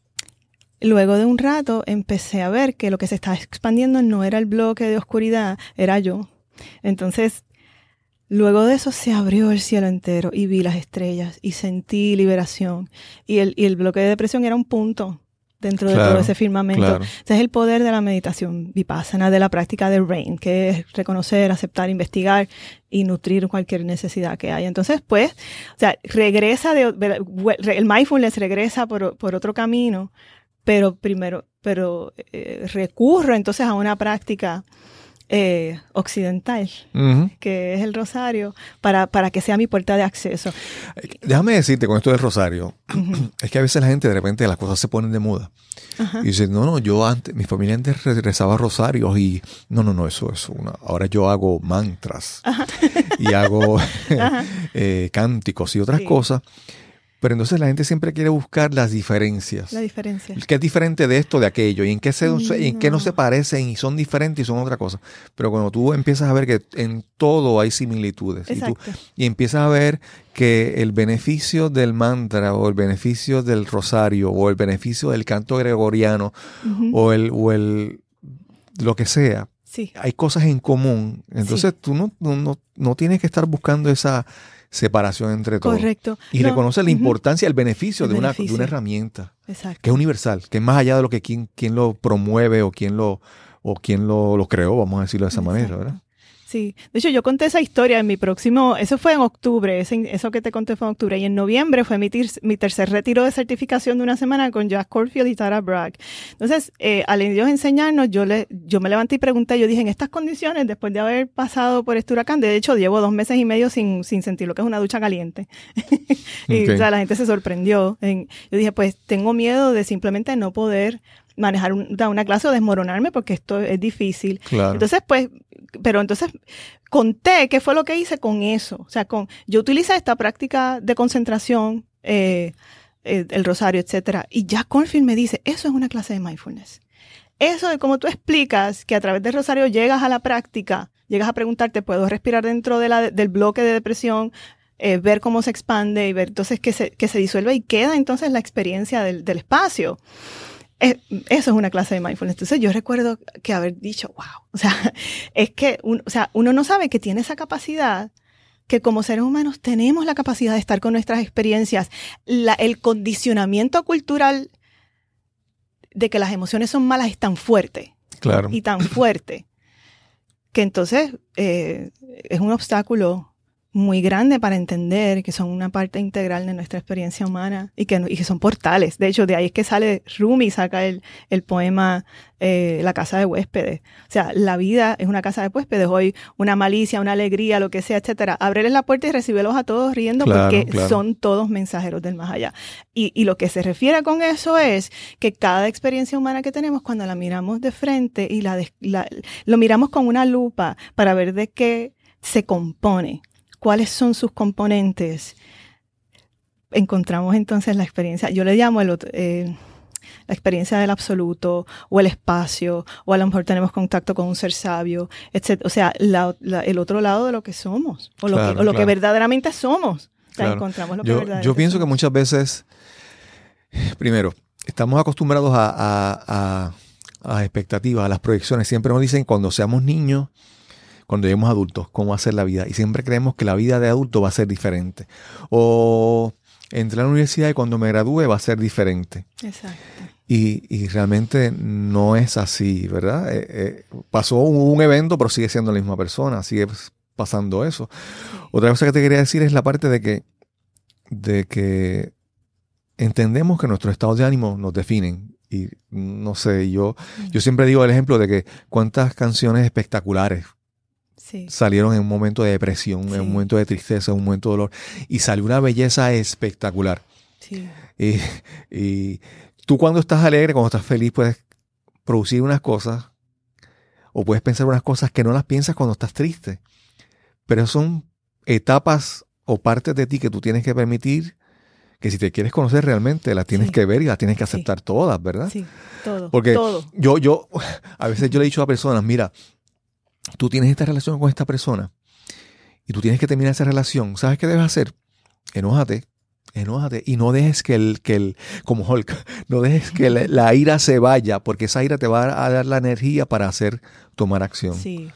luego de un rato empecé a ver que lo que se estaba expandiendo no era el bloque de oscuridad, era yo. Entonces, luego de eso se abrió el cielo entero y vi las estrellas y sentí liberación. Y el, y el bloque de depresión era un punto dentro de claro, todo ese firmamento. Claro. Ese es el poder de la meditación vipassana, de la práctica de RAIN, que es reconocer, aceptar, investigar y nutrir cualquier necesidad que haya. Entonces, pues, o sea, regresa, de, el mindfulness regresa por, por otro camino, pero primero, pero eh, recurro entonces a una práctica Eh, occidental, uh-huh. que es el rosario, para, para que sea mi puerta de acceso. Déjame decirte con esto del rosario, uh-huh. es que a veces la gente de repente las cosas se ponen de moda. Uh-huh. Y dice, no, no, yo antes, mi familia antes rezaba rosarios y no, no, no, eso es una, ahora yo hago mantras uh-huh. y hago uh-huh. eh, cánticos y otras sí. cosas. Pero entonces la gente siempre quiere buscar las diferencias. La diferencia. ¿Qué es diferente de esto, de aquello? ¿Y en qué, se, no. en qué no se parecen y son diferentes y son otra cosa? Pero cuando tú empiezas a ver que en todo hay similitudes y, tú, y empiezas a ver que el beneficio del mantra o el beneficio del rosario o el beneficio del canto gregoriano uh-huh. o, el, o el lo que sea, sí. hay cosas en común. Entonces sí. tú no, no, no tienes que estar buscando esa separación entre todos. Correcto. Y no. reconoce la importancia, uh-huh. el beneficio, el de, beneficio. Una, de una herramienta. Exacto. Que es universal, que es más allá de lo que quien, quien lo promueve o quien lo, o quien lo, lo creó, vamos a decirlo de esa Exacto. manera, ¿verdad? Sí, de hecho yo conté esa historia en mi próximo, eso fue en octubre, ese, eso que te conté fue en octubre, y en noviembre fue mi, tir, mi tercer retiro de certificación de una semana con Jack Kornfield y Tara Brach. Entonces, eh, al ellos enseñarnos, yo le, yo me levanté y pregunté, yo dije, en estas condiciones, después de haber pasado por este huracán, de hecho llevo dos meses y medio sin, sin sentir lo que es una ducha caliente. y okay. o sea, la gente se sorprendió. En, yo dije, pues tengo miedo de simplemente no poder manejar un, una clase o desmoronarme porque esto es difícil. Claro. Entonces, pues, pero entonces conté qué fue lo que hice con eso. O sea, con yo utilicé esta práctica de concentración, eh, eh, el rosario, etcétera. Y Jack Kornfield me dice, eso es una clase de mindfulness. Eso de cómo tú explicas que a través del rosario llegas a la práctica, llegas a preguntarte, ¿puedo respirar dentro de la, del bloque de depresión? Eh, ver cómo se expande y ver entonces que se, que se disuelve y queda entonces la experiencia del, del espacio. es, eso es una clase de mindfulness. Entonces yo recuerdo que haber dicho, wow, o sea, es que un, o sea, uno no sabe que tiene esa capacidad, que como seres humanos tenemos la capacidad de estar con nuestras experiencias. La, el condicionamiento cultural de que las emociones son malas es tan fuerte. Claro. Y tan fuerte que entonces eh, es un obstáculo muy grande para entender que son una parte integral de nuestra experiencia humana y que, y que son portales. De hecho, de ahí es que sale Rumi, saca el, el poema eh, La casa de huéspedes. O sea, la vida es una casa de huéspedes. Hoy una malicia, una alegría, lo que sea, etcétera. Ábreles la puerta y recíbelos a todos riendo, claro, porque claro. son todos mensajeros del más allá. Y, y lo que se refiere con eso es que cada experiencia humana que tenemos, cuando la miramos de frente y la, de, la lo miramos con una lupa para ver de qué se compone, cuáles son sus componentes, encontramos entonces la experiencia, yo le llamo el otro, eh, la experiencia del absoluto o el espacio, o a lo mejor tenemos contacto con un ser sabio, etcétera. O sea, la, la, el otro lado de lo que somos, o lo, claro, que, o lo claro. que verdaderamente somos. O sea, Claro. encontramos lo que yo, verdaderamente yo pienso somos. que muchas veces, primero, estamos acostumbrados a, a, a, a expectativas, a las proyecciones. Siempre nos dicen cuando seamos niños, cuando lleguemos adultos, cómo va a ser la vida. Y siempre creemos que la vida de adulto va a ser diferente. O entré a la universidad y cuando me gradúe va a ser diferente. Exacto. Y, y realmente no es así, ¿verdad? Eh, eh, pasó un, un evento, pero sigue siendo la misma persona. Sigue pasando eso. Sí. Otra cosa que te quería decir es la parte de que, de que entendemos que nuestros estados de ánimo nos definen. Y no sé, yo, mm. yo siempre digo el ejemplo de que cuántas canciones espectaculares Sí. salieron en un momento de depresión, Sí. en un momento de tristeza, en un momento de dolor, y salió una belleza espectacular. Sí. Y, y tú cuando estás alegre, cuando estás feliz, puedes producir unas cosas o puedes pensar unas cosas que no las piensas cuando estás triste. Pero son etapas o partes de ti que tú tienes que permitir, que si te quieres conocer realmente, las tienes sí. que ver y las tienes que aceptar sí. todas, ¿verdad? Sí, todo. Porque todo. yo, yo, a veces yo le he dicho a personas, mira, tú tienes esta relación con esta persona y tú tienes que terminar esa relación. ¿Sabes qué debes hacer? Enójate, enójate y no dejes que el, que el como Hulk, no dejes que la, la ira se vaya, porque esa ira te va a dar la energía para hacer, tomar acción. Sí.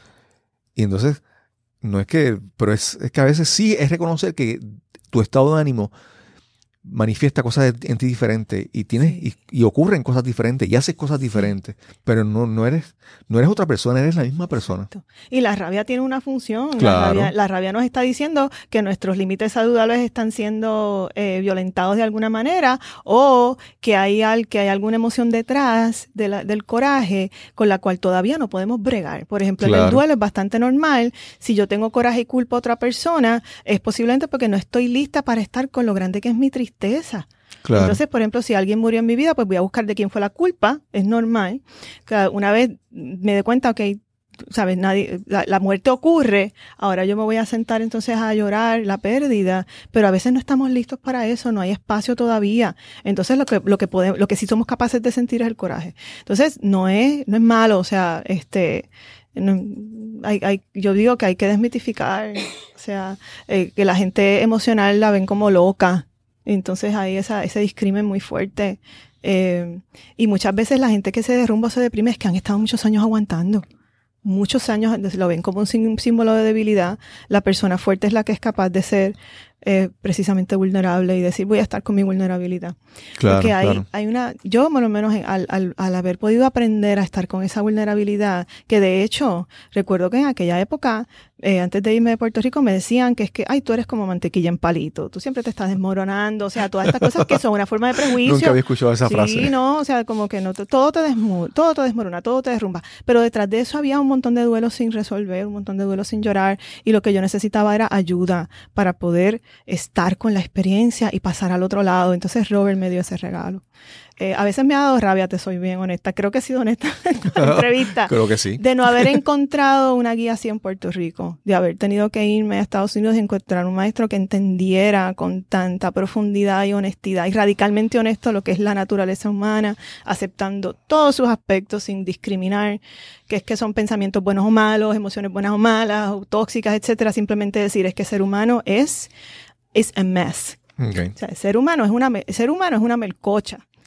Y entonces, no es que, pero es, es que a veces sí es reconocer que tu estado de ánimo manifiesta cosas en ti diferentes y tienes sí. y, y ocurren cosas diferentes y haces cosas diferentes, sí. pero no, no eres no eres otra persona, eres la misma persona. Exacto. Y la rabia tiene una función. Claro. La rabia, la rabia nos está diciendo que nuestros límites saludables están siendo eh, violentados de alguna manera, o que hay, al, que hay alguna emoción detrás de la, del coraje con la cual todavía no podemos bregar. Por ejemplo, claro. en el duelo es bastante normal. Si yo tengo coraje y culpo a otra persona, es posiblemente porque no estoy lista para estar con lo grande que es mi tristeza. Claro. Entonces, por ejemplo, si alguien murió en mi vida, pues voy a buscar de quién fue la culpa. Es normal. Una vez me doy cuenta, ok, sabes, nadie, la, la muerte ocurre, ahora yo me voy a sentar entonces a llorar la pérdida, pero a veces no estamos listos para eso, no hay espacio todavía. Entonces, lo que, lo que podemos, lo que sí somos capaces de sentir es el coraje. Entonces, no es, no es malo, o sea, este, no, hay, hay, yo digo que hay que desmitificar, o sea, eh, que la gente emocional la ven como loca. Entonces hay esa, ese discrimen muy fuerte. Eh, y muchas veces la gente que se derrumba o se deprime es que han estado muchos años aguantando. Muchos años lo ven como un, un símbolo de debilidad. La persona fuerte es la que es capaz de ser eh, precisamente vulnerable y decir, voy a estar con mi vulnerabilidad. Claro, Porque hay, claro. hay una, yo por lo menos al, al, al haber podido aprender a estar con esa vulnerabilidad, que de hecho, recuerdo que en aquella época, eh, antes de irme de Puerto Rico, me decían que es que, ay, tú eres como mantequilla en palito, tú siempre te estás desmoronando, o sea, todas estas cosas que son una forma de prejuicio. Nunca había escuchado esa sí, frase. Sí, no, o sea, como que no, todo te desmo, todo te desmorona, todo te derrumba. Pero detrás de eso había un montón de duelos sin resolver, un montón de duelos sin llorar, y lo que yo necesitaba era ayuda para poder estar con la experiencia y pasar al otro lado. Entonces Robert me dio ese regalo. Eh, a veces me ha dado rabia, te soy bien honesta. Creo que he sido honesta en la entrevista. Creo que sí. De no haber encontrado una guía así en Puerto Rico. De haber tenido que irme a Estados Unidos y encontrar un maestro que entendiera con tanta profundidad y honestidad y radicalmente honesto lo que es la naturaleza humana, aceptando todos sus aspectos sin discriminar, que es que son pensamientos buenos o malos, emociones buenas o malas, o tóxicas, etcétera. Simplemente decir es que ser humano es, es a mess. Okay. O sea, el ser humano es una, el ser humano es una melcocha.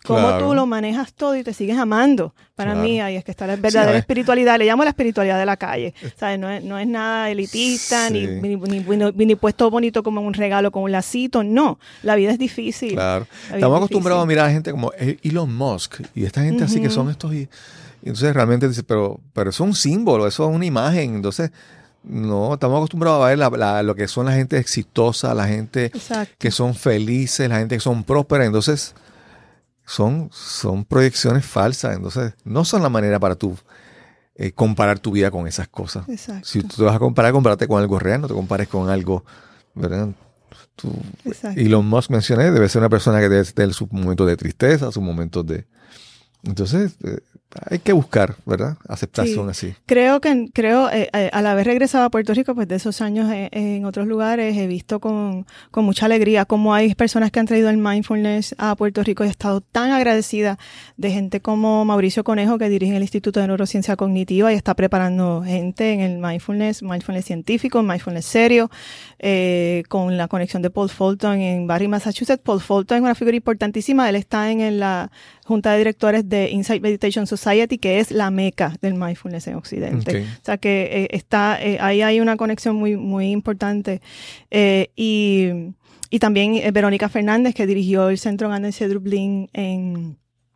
cómo Claro. tú lo manejas todo y te sigues amando. Para Claro. mí ahí es que está la verdadera Sí, espiritualidad. Le llamo la espiritualidad de la calle. ¿Sabes? No es, no es nada elitista, Sí. ni, ni, ni, ni, ni puesto bonito como un regalo con un lacito. No, la vida es difícil. Claro. La vida Estamos es acostumbrados a difícil. mirar a gente como Elon Musk y esta gente así que Ujú. son estos. Y, y entonces realmente dice, pero, pero eso es un símbolo, eso es una imagen. Entonces, no, estamos acostumbrados a ver la- la- lo que son la gente exitosa, la gente Exacto. que son felices, la gente que son prósperas. Entonces, son, son proyecciones falsas. Entonces, no son la manera para tú eh, comparar tu vida con esas cosas. Exacto. Si tú te vas a comparar, compárate con algo real, no te compares con algo, ¿verdad? Tú, Exacto. Elon Musk mencioné, debe ser una persona que debe tener sus momentos de tristeza, sus momentos de... Entonces, eh, hay que buscar, ¿verdad? Aceptación así. Creo que, creo, eh, eh, al haber regresado a Puerto Rico, pues de esos años eh, en otros lugares, he visto con, con mucha alegría cómo hay personas que han traído el mindfulness a Puerto Rico y he estado tan agradecida de gente como Mauricio Conejo, que dirige el Instituto de Neurociencia Cognitiva y está preparando gente en el mindfulness, mindfulness científico, mindfulness serio, eh, con la conexión de Paul Fulton en Barry, Massachusetts. Paul Fulton es una figura importantísima, él está en, en la Junta de Directores de Insight Meditation Society, que es la meca del mindfulness en Occidente. Okay. O sea que eh, está, eh, ahí hay una conexión muy, muy importante. Eh, y, y también eh, Verónica Fernández, que dirigió el Centro Gandhi Dublín en,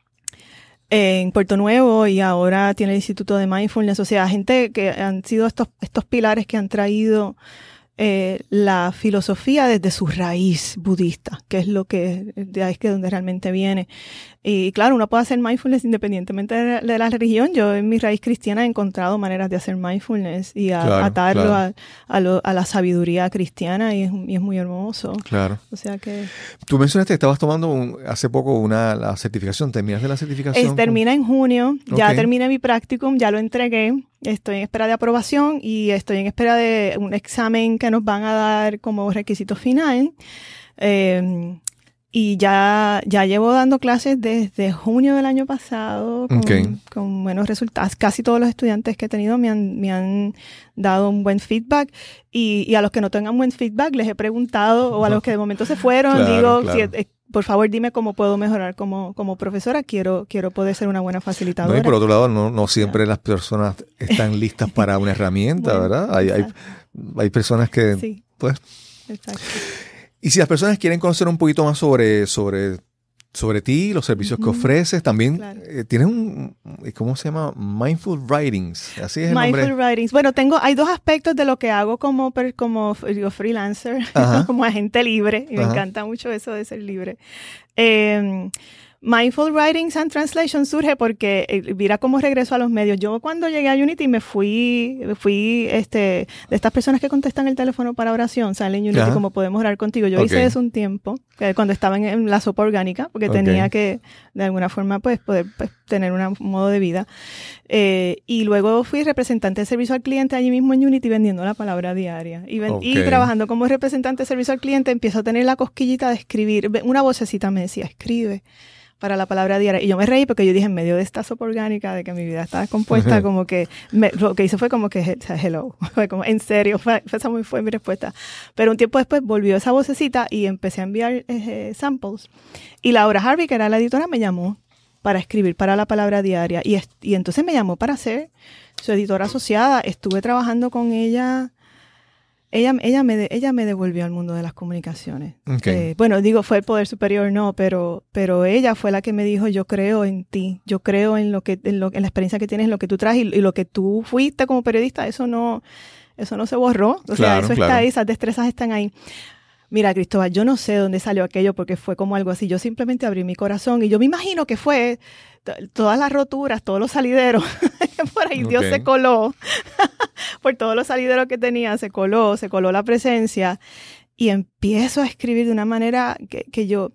en Puerto Nuevo y ahora tiene el Instituto de Mindfulness. O sea, gente que han sido estos, estos pilares que han traído Eh, la filosofía desde su raíz budista, que es lo que de ahí es que donde realmente viene. Y claro, uno puede hacer mindfulness independientemente de, de la religión. Yo en mi raíz cristiana he encontrado maneras de hacer mindfulness y a, Claro, atarlo claro. A, a, lo, a la sabiduría cristiana y es, y es muy hermoso. Claro. O sea que... Tú mencionaste que estabas tomando un- hace poco una la certificación. ¿Terminaste la certificación? Es, termina en junio, ya Ok. terminé mi practicum, ya lo entregué, estoy en espera de aprobación y estoy en espera de un examen que nos van a dar como requisito final. Eh, y ya, ya llevo dando clases desde junio del año pasado con, Ok. con buenos resultados. Casi todos los estudiantes que he tenido me han, me han dado un buen feedback y, y a los que no tengan buen feedback les he preguntado o a los que de momento se fueron, Claro, digo, claro. si, eh, por favor dime cómo puedo mejorar como, como profesora, quiero, quiero poder ser una buena facilitadora. No, y por otro lado, no, no siempre las personas están listas para una herramienta, Bueno, ¿verdad? Hay, hay, hay personas que, Sí, pues... exacto. Y si las personas quieren conocer un poquito más sobre, sobre, sobre ti, los servicios que Ujú. ofreces, también Claro. eh, tienes un, ¿cómo se llama? Mindful Writings. Así es el Mindful nombre. Writings. Bueno, tengo, hay dos aspectos de lo que hago como, per- como digo, freelancer, Ajá. como agente libre, y me Ajá. encanta mucho eso de ser libre. Eh, Mindful Writings and Translation surge porque eh, mira cómo regreso a los medios. Yo cuando llegué a Unity me fui, fui este, de estas personas que contestan el teléfono para oración, salen Unity Ajá. como podemos orar contigo. Yo Ok. hice eso un tiempo, eh, cuando estaba en, en la sopa orgánica, porque Ok. tenía que de alguna forma pues poder pues, tener una- un modo de vida. Eh, y luego fui representante de servicio al cliente allí mismo en Unity vendiendo la palabra diaria. Y, ven- y Ok. trabajando como representante de servicio al cliente empiezo a tener la cosquillita de escribir. Ve- Una vocecita me decía, escribe para la palabra diaria. Y yo me reí porque yo dije, en medio de esta sopa orgánica, de que mi vida estaba compuesta, como que me- lo que hice fue como que, he- hello, fue como, en serio, fue, fue- esa muy fue mi respuesta. Pero un tiempo después volvió esa vocecita y empecé a enviar eh, samples. Y Laura Harvey, que era la editora, me llamó para escribir para la palabra diaria. Y, es- y entonces me llamó para ser su editora asociada. Estuve trabajando con ella. Ella, ella, me, de- ella me devolvió al mundo de las comunicaciones. Ok. Eh, bueno, digo, fue el poder superior, no, pero, pero ella fue la que me dijo, yo creo en ti, yo creo en lo que, en, lo, en la experiencia que tienes, en lo que tú traes y, y lo que tú fuiste como periodista, eso no, eso no se borró. O sea, Claro, eso claro. está ahí, esas destrezas están ahí. Mira, Cristóbal, yo no sé dónde salió aquello porque fue como algo así. Yo simplemente abrí mi corazón y yo me imagino que fue t- todas las roturas, todos los salideros. Por ahí Dios Ok. se coló. Por todos los salideros que tenía, se coló, se coló la presencia. Y empiezo a escribir de una manera que, que yo...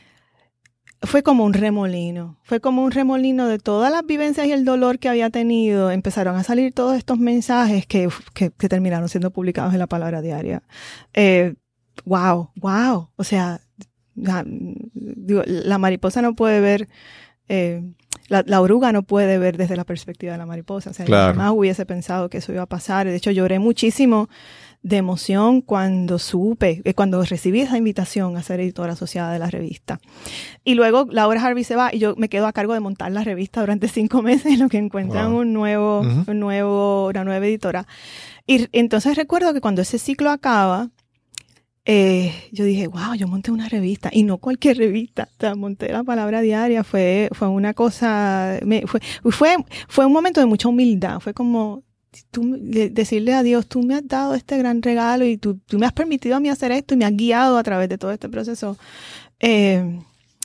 Fue como un remolino. Fue como un remolino de todas las vivencias y el dolor que había tenido. Empezaron a salir todos estos mensajes que, que, que terminaron siendo publicados en la palabra diaria. Eh, wow, wow. O sea, la, digo, la mariposa no puede ver eh, la, la oruga no puede ver desde la perspectiva de la mariposa. O sea, claro. jamás hubiese pensado que eso iba a pasar. De hecho, lloré muchísimo de emoción cuando supe, eh, cuando recibí esa invitación a ser editora asociada de la revista. Y luego Laura Harvey se va y yo me quedo a cargo de montar la revista durante cinco meses en lo que encuentran wow. un nuevo, uh-huh. un nuevo, una nueva editora. Y entonces recuerdo que cuando ese ciclo acaba, eh, yo dije, wow, yo monté una revista, y no cualquier revista, o sea, monté La Palabra Diaria, fue, fue una cosa, me, fue, fue, fue un momento de mucha humildad, fue como tú, decirle a Dios, tú me has dado este gran regalo y tú, tú me has permitido a mí hacer esto y me has guiado a través de todo este proceso. Eh,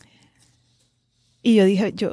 y yo dije, yo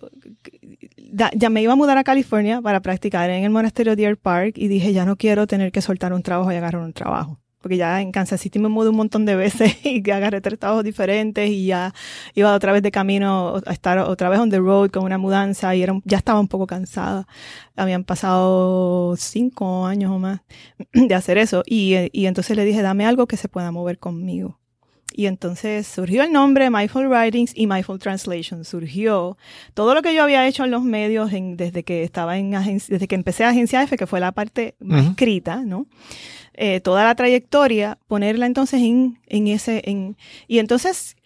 da, ya me iba a mudar a California para practicar en el monasterio Deer Park y dije, ya no quiero tener que soltar un trabajo y agarrar un trabajo. Porque ya en Kansas City me mudé un montón de veces y agarré tres trabajos diferentes y ya iba otra vez de camino a estar otra vez on the road con una mudanza y era, ya estaba un poco cansada. Habían pasado cinco años o más de hacer eso y, y entonces le dije, dame algo que se pueda mover conmigo. Y entonces surgió el nombre Mindful Writings y Mindful Translation. Surgió todo lo que yo había hecho en los medios en, desde que estaba en agencia, desde que empecé a Agencia F, que fue la parte más uh-huh. escrita, ¿no? Eh, toda la trayectoria, ponerla entonces en, en ese, en, y entonces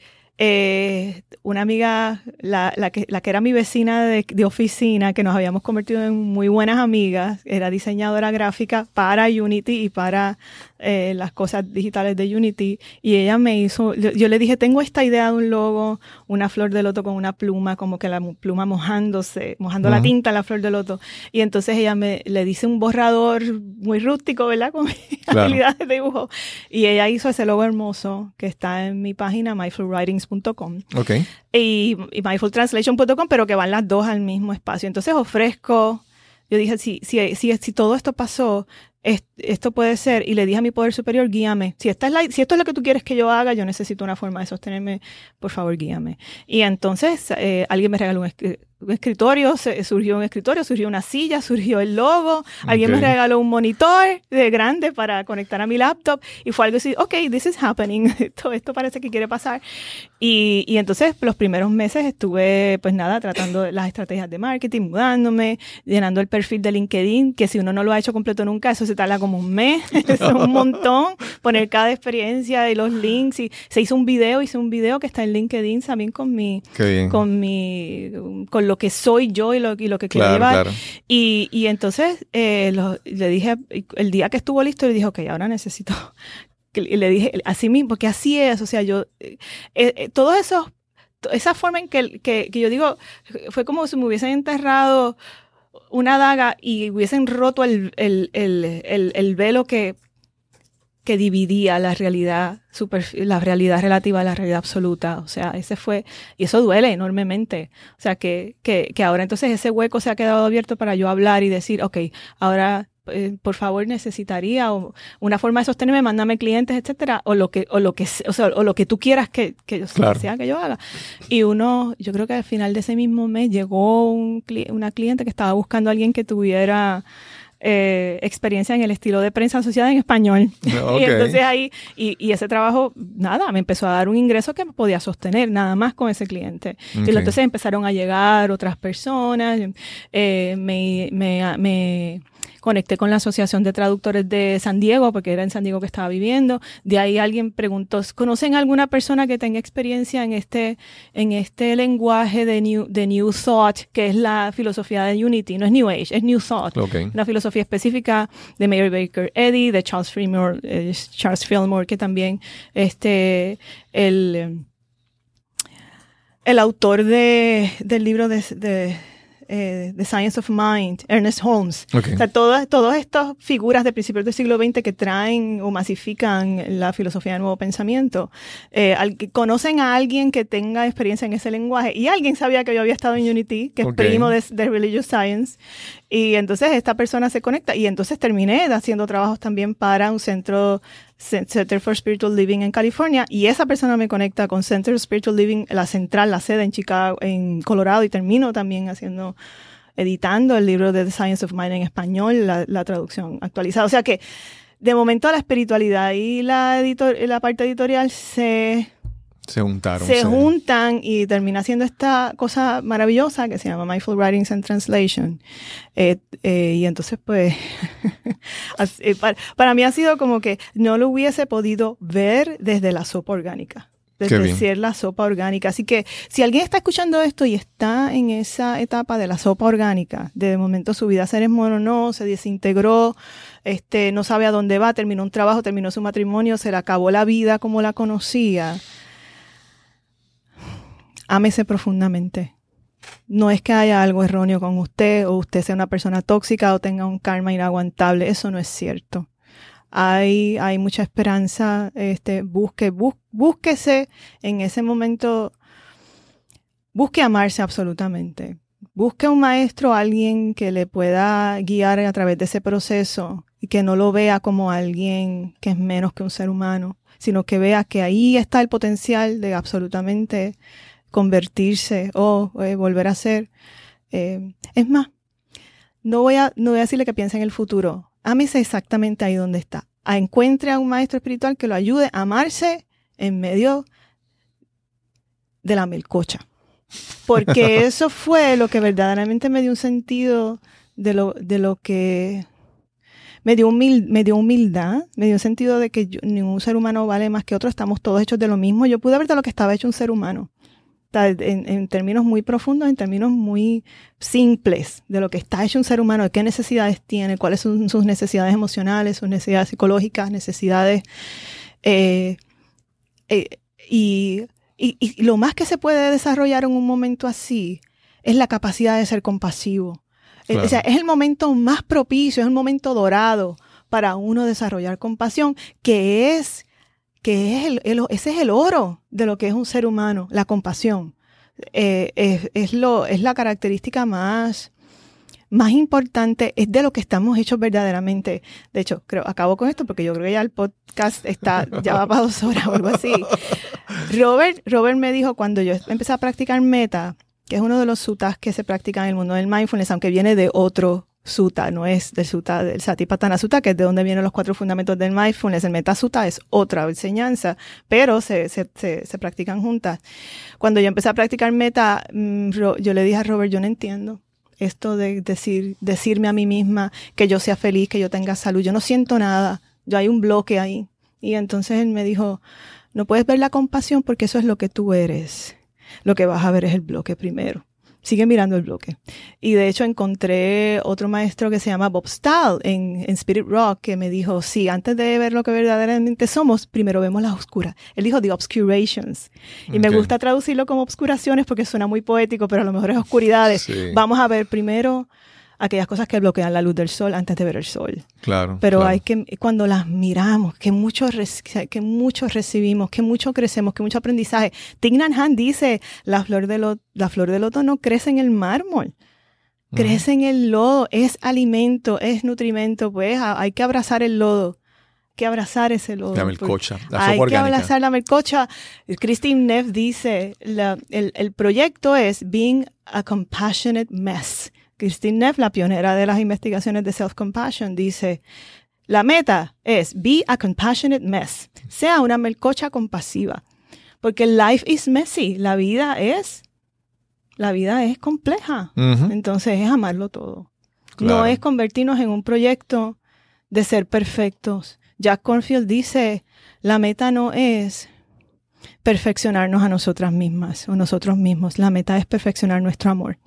eh, una amiga, la, la, que, la que era mi vecina de, de oficina, que nos habíamos convertido en muy buenas amigas, era diseñadora gráfica para Unity y para eh, las cosas digitales de Unity, y ella me hizo, yo, yo le dije, tengo esta idea de un logo, una flor de loto con una pluma, como que la pluma mojándose, mojando uh-huh. la tinta en la flor de loto, y entonces ella me le dice un borrador muy rústico, ¿verdad? Con claro. habilidades de dibujo, y ella hizo ese logo hermoso que está en mi página mindful writings punto com okay. y, y mindful translation punto com, pero que van las dos al mismo espacio. Entonces ofrezco, yo dije, si, si, si, si todo esto pasó, es, esto puede ser, y le dije a mi poder superior, guíame. Si, esta es la, si esto es lo que tú quieres que yo haga, yo necesito una forma de sostenerme, por favor, guíame. Y entonces eh, alguien me regaló un, un escritorio, se, surgió un escritorio, surgió una silla, surgió el logo, alguien okay. me regaló un monitor de grande para conectar a mi laptop, y fue algo así, ok, this is happening, esto, esto parece que quiere pasar. Y, y entonces los primeros meses estuve, pues nada, tratando las estrategias de marketing, mudándome, llenando el perfil de LinkedIn, que si uno no lo ha hecho completo nunca, eso se tarda como un mes, eso es un montón, poner cada experiencia y los links, y se hizo un video, hice un video que está en LinkedIn también con mi, con mi, con lo que soy yo y lo, y lo que quiero claro, llevar. Claro. Y, y entonces eh, lo, le dije, el día que estuvo listo, le dije, ok, ahora necesito, y le dije, así mismo, porque así es, o sea, yo, eh, eh, todos esos, esa forma en que, que, que yo digo, fue como si me hubiesen enterrado una daga y hubiesen roto el, el, el, el, el velo que, que dividía la realidad super, la realidad relativa a la realidad absoluta. O sea, ese fue, y eso duele enormemente. O sea, que, que, que ahora entonces ese hueco se ha quedado abierto para yo hablar y decir, ok, ahora eh, por favor necesitaría o, una forma de sostenerme, mándame clientes, etcétera, o lo que, o lo que, o sea, o lo que tú quieras que, que yo claro. sea que yo haga. Y uno, yo creo que al final de ese mismo mes llegó un, una cliente que estaba buscando a alguien que tuviera Eh, experiencia en el estilo de prensa asociada en español. Okay. Y entonces ahí, y, y ese trabajo, nada, me empezó a dar un ingreso que me podía sostener nada más con ese cliente. Okay. Y entonces empezaron a llegar otras personas, eh, me, me, me conecté con la Asociación de Traductores de San Diego, porque era en San Diego que estaba viviendo. De ahí alguien preguntó, ¿conocen alguna persona que tenga experiencia en este, en este lenguaje de New, de New Thought, que es la filosofía de Unity? No es New Age, es New Thought. Okay. Una filosofía específica de Mary Baker Eddy, de Charles Fillmore, eh, Charles Fillmore, que también este, el, el autor de, del libro de, de Eh, The Science of Mind, Ernest Holmes. Okay. O sea, todas, todas estas figuras de principios del siglo veinte que traen o masifican la filosofía del nuevo pensamiento, eh, al, conocen a alguien que tenga experiencia en ese lenguaje, y alguien sabía que yo había estado en Unity, que es okay. primo de, de Religious Science, y entonces esta persona se conecta, y entonces terminé haciendo trabajos también para un centro, Center for Spiritual Living en California, y esa persona me conecta con Center for Spiritual Living, la central, la sede en Chicago, en Colorado, y termino también haciendo, editando el libro de The Science of Mind en español, la, la traducción actualizada. O sea que, de momento, la espiritualidad y la, editor, la parte editorial se se juntaron. Se sí. juntan y termina haciendo esta cosa maravillosa que se llama Mindful Writings and Translation. Eh, eh, y entonces, pues, para, para mí ha sido como que no lo hubiese podido ver desde la sopa orgánica. Desde ser la sopa orgánica. Así que si alguien está escuchando esto y está en esa etapa de la sopa orgánica, de momento su vida se desmoronó, se desintegró, este, no sabe a dónde va, terminó un trabajo, terminó su matrimonio, se le acabó la vida como la conocía, ámese profundamente. No es que haya algo erróneo con usted o usted sea una persona tóxica o tenga un karma inaguantable. Eso no es cierto. Hay, hay mucha esperanza, este, busque, bus, búsquese en ese momento, busque amarse absolutamente. Busque un maestro, alguien que le pueda guiar a través de ese proceso y que no lo vea como alguien que es menos que un ser humano, sino que vea que ahí está el potencial de absolutamente convertirse o eh, volver a ser. Eh, es más, no voy a, no voy a decirle que piense en el futuro. Ámese exactamente ahí donde está. A encuentre a un maestro espiritual que lo ayude a amarse en medio de la melcocha. Porque eso fue lo que verdaderamente me dio un sentido de lo, de lo que... Me dio, humil, me dio humildad, me dio un sentido de que yo, ningún ser humano vale más que otro, estamos todos hechos de lo mismo. Yo pude ver de lo que estaba hecho un ser humano. En, en términos muy profundos, en términos muy simples de lo que está hecho un ser humano, de qué necesidades tiene, cuáles son sus necesidades emocionales, sus necesidades psicológicas, necesidades eh, eh, y, y, y lo más que se puede desarrollar en un momento así es la capacidad de ser compasivo. Claro. O sea, es el momento más propicio, es el momento dorado para uno desarrollar compasión, que es que es el, el, ese es el oro de lo que es un ser humano, la compasión. Eh, es, es, lo, es la característica más, más importante, es de lo que estamos hechos verdaderamente. De hecho, creo, acabo con esto porque yo creo que ya el podcast está, ya va para dos horas o algo así. Robert, Robert me dijo cuando yo empecé a practicar meta, que es uno de los suttas que se practican en el mundo del mindfulness, aunque viene de otro sutta, no es del sutta del Satipatthana Sutta, que es de donde vienen los cuatro fundamentos del mindfulness. El Metta Sutta es otra enseñanza, pero se, se, se, se practican juntas. Cuando yo empecé a practicar meta, yo le dije a Robert, yo no entiendo esto de decir, decirme a mí misma que yo sea feliz, que yo tenga salud. Yo no siento nada, yo hay un bloque ahí. Y entonces él me dijo, no puedes ver la compasión porque eso es lo que tú eres. Lo que vas a ver es el bloque primero. Sigue mirando el bloque. Y de hecho encontré otro maestro que se llama Bob Stahl en, en Spirit Rock, que me dijo, sí, antes de ver lo que verdaderamente somos, primero vemos las oscuras. Él dijo the obscurations. Y okay. Me gusta traducirlo como obscuraciones porque suena muy poético, pero a lo mejor es oscuridades. Sí. Vamos a ver primero aquellas cosas que bloquean la luz del sol antes de ver el sol. Claro. Pero claro. hay que, cuando las miramos, que mucho, que mucho recibimos, que mucho crecemos, que mucho aprendizaje. Thich Nhat Hanh dice, la flor de lo, la flor del loto no crece en el mármol, uh-huh. crece en el lodo, es alimento, es nutrimento, pues hay que abrazar el lodo. que abrazar ese lodo. La melcocha, la sopa Hay orgánica. que abrazar la melcocha. Christine Neff dice, la, el, el proyecto es Being a Compassionate Mess. Christine Neff, la pionera de las investigaciones de self-compassion, dice, la meta es Be a Compassionate Mess. Sea una melcocha compasiva. Porque life is messy. La vida es, la vida es compleja. Uh-huh. Entonces es amarlo todo. Claro. No es convertirnos en un proyecto de ser perfectos. Jack Cornfield dice, la meta no es perfeccionarnos a nosotras mismas o nosotros mismos. La meta es perfeccionar nuestro amor.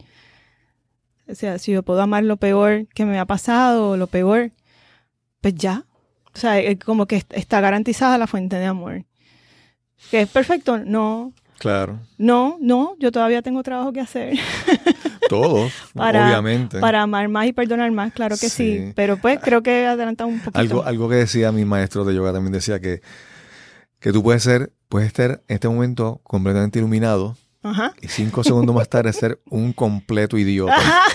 O sea, si yo puedo amar lo peor que me ha pasado o lo peor, pues ya. O sea, es como que está garantizada la fuente de amor. ¿Que es perfecto? No. Claro. No, no, yo todavía tengo trabajo que hacer. Todos, para, obviamente. Para amar más y perdonar más, claro que sí. sí. Pero pues creo que adelanta un poquito. Algo, algo que decía mi maestro de yoga también decía que, que tú puedes ser, puedes estar en este momento completamente iluminado. Ajá. Y cinco segundos más tarde ser un completo idiota.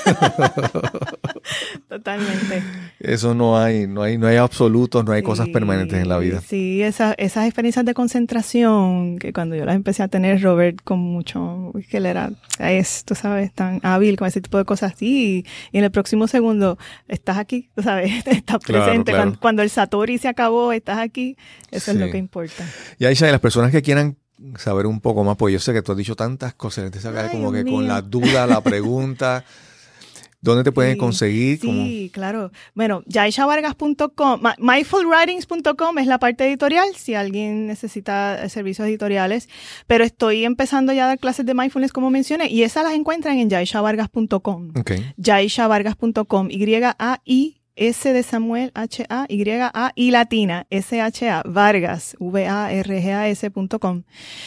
Totalmente. Eso no hay, no hay, no hay absolutos, no hay sí, cosas permanentes en la vida. Sí, esa, esas experiencias de concentración que cuando yo las empecé a tener, Robert con mucho, que él era, es, tú sabes, tan hábil con ese tipo de cosas así, y, y en el próximo segundo estás aquí, tú sabes, estás claro, presente. Claro. Cuando, cuando el Satori se acabó, estás aquí, eso sí. es lo que importa. Y Aisha, las personas que quieran saber un poco más, porque yo sé que tú has dicho tantas cosas, te saca como Dios que con mío. la duda, la pregunta, ¿dónde te pueden Sí, conseguir? Sí, Como- claro. Bueno, yaisha vargas punto com, ma- mindful writings punto com es la parte editorial, si alguien necesita eh, servicios editoriales, pero estoy empezando ya a dar clases de mindfulness, como mencioné, y esas las encuentran en yaisha vargas punto com. Ok, yaisha vargas punto com, Y A I S de Samuel, H A, Y A I latina, S H A, Vargas, V A R G A S punto com.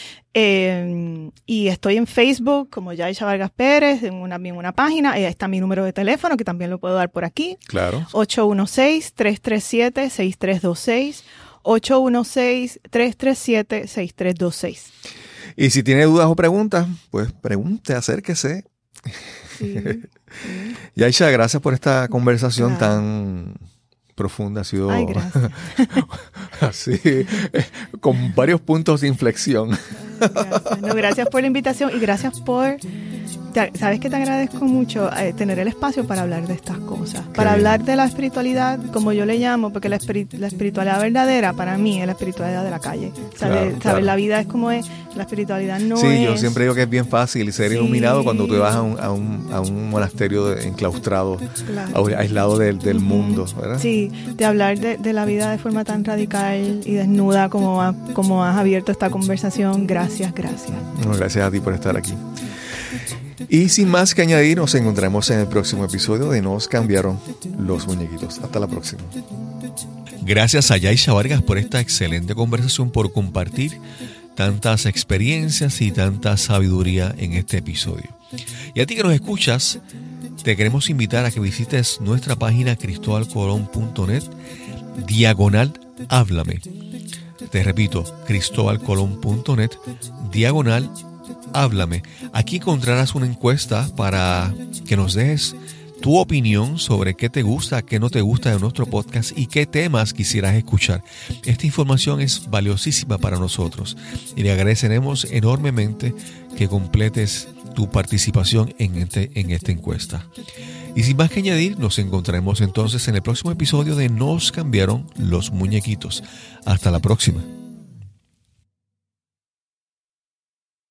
Eh, y estoy en Facebook como Yaisha Vargas Pérez, en una, en una página. Ahí está mi número de teléfono, que también lo puedo dar por aquí. claro. ocho uno seis, tres tres siete, seis tres dos seis. ocho uno seis, tres tres siete, seis tres dos seis. Y si tiene dudas o preguntas, pues pregunte, acérquese. Sí, sí. Yaisha, gracias por esta conversación Claro. tan profunda. Ha sido Ay, gracias. así, con varios puntos de inflexión. Gracias. No, gracias por la invitación y gracias por... te- sabes que te agradezco mucho eh, tener el espacio para hablar de estas cosas, para bien. hablar de la espiritualidad, como yo le llamo, porque la, espirit- la espiritualidad verdadera para mí es la espiritualidad de la calle. ¿Sabes? Claro, ¿Sabes? claro. La vida es como es, la espiritualidad no sí, es... yo siempre digo que es bien fácil ser Sí. iluminado cuando tú vas a un, a un, a un monasterio de- enclaustrado, Claro. a- aislado del, del Ujú. mundo, ¿verdad? Sí, de hablar de, de la vida de forma tan radical y desnuda como, ha- como has abierto esta conversación. Gracias, gracias. Bueno, gracias a ti por estar aquí. Y sin más que añadir, nos encontramos en el próximo episodio de Nos cambiaron los muñequitos. Hasta la próxima. Gracias a Yaisha Vargas por esta excelente conversación, por compartir tantas experiencias y tanta sabiduría en este episodio. Y a ti que nos escuchas, te queremos invitar a que visites nuestra página cristobalcolón punto net diagonal háblame. Te repito, cristobalcolón punto net diagonal háblame. Aquí encontrarás una encuesta para que nos dejes tu opinión sobre qué te gusta, qué no te gusta de nuestro podcast y qué temas quisieras escuchar. Esta información es valiosísima para nosotros y le agradeceremos enormemente que completes tu participación en, este, en esta encuesta. Y sin más que añadir, nos encontraremos entonces en el próximo episodio de Nos cambiaron los muñequitos. Hasta la próxima.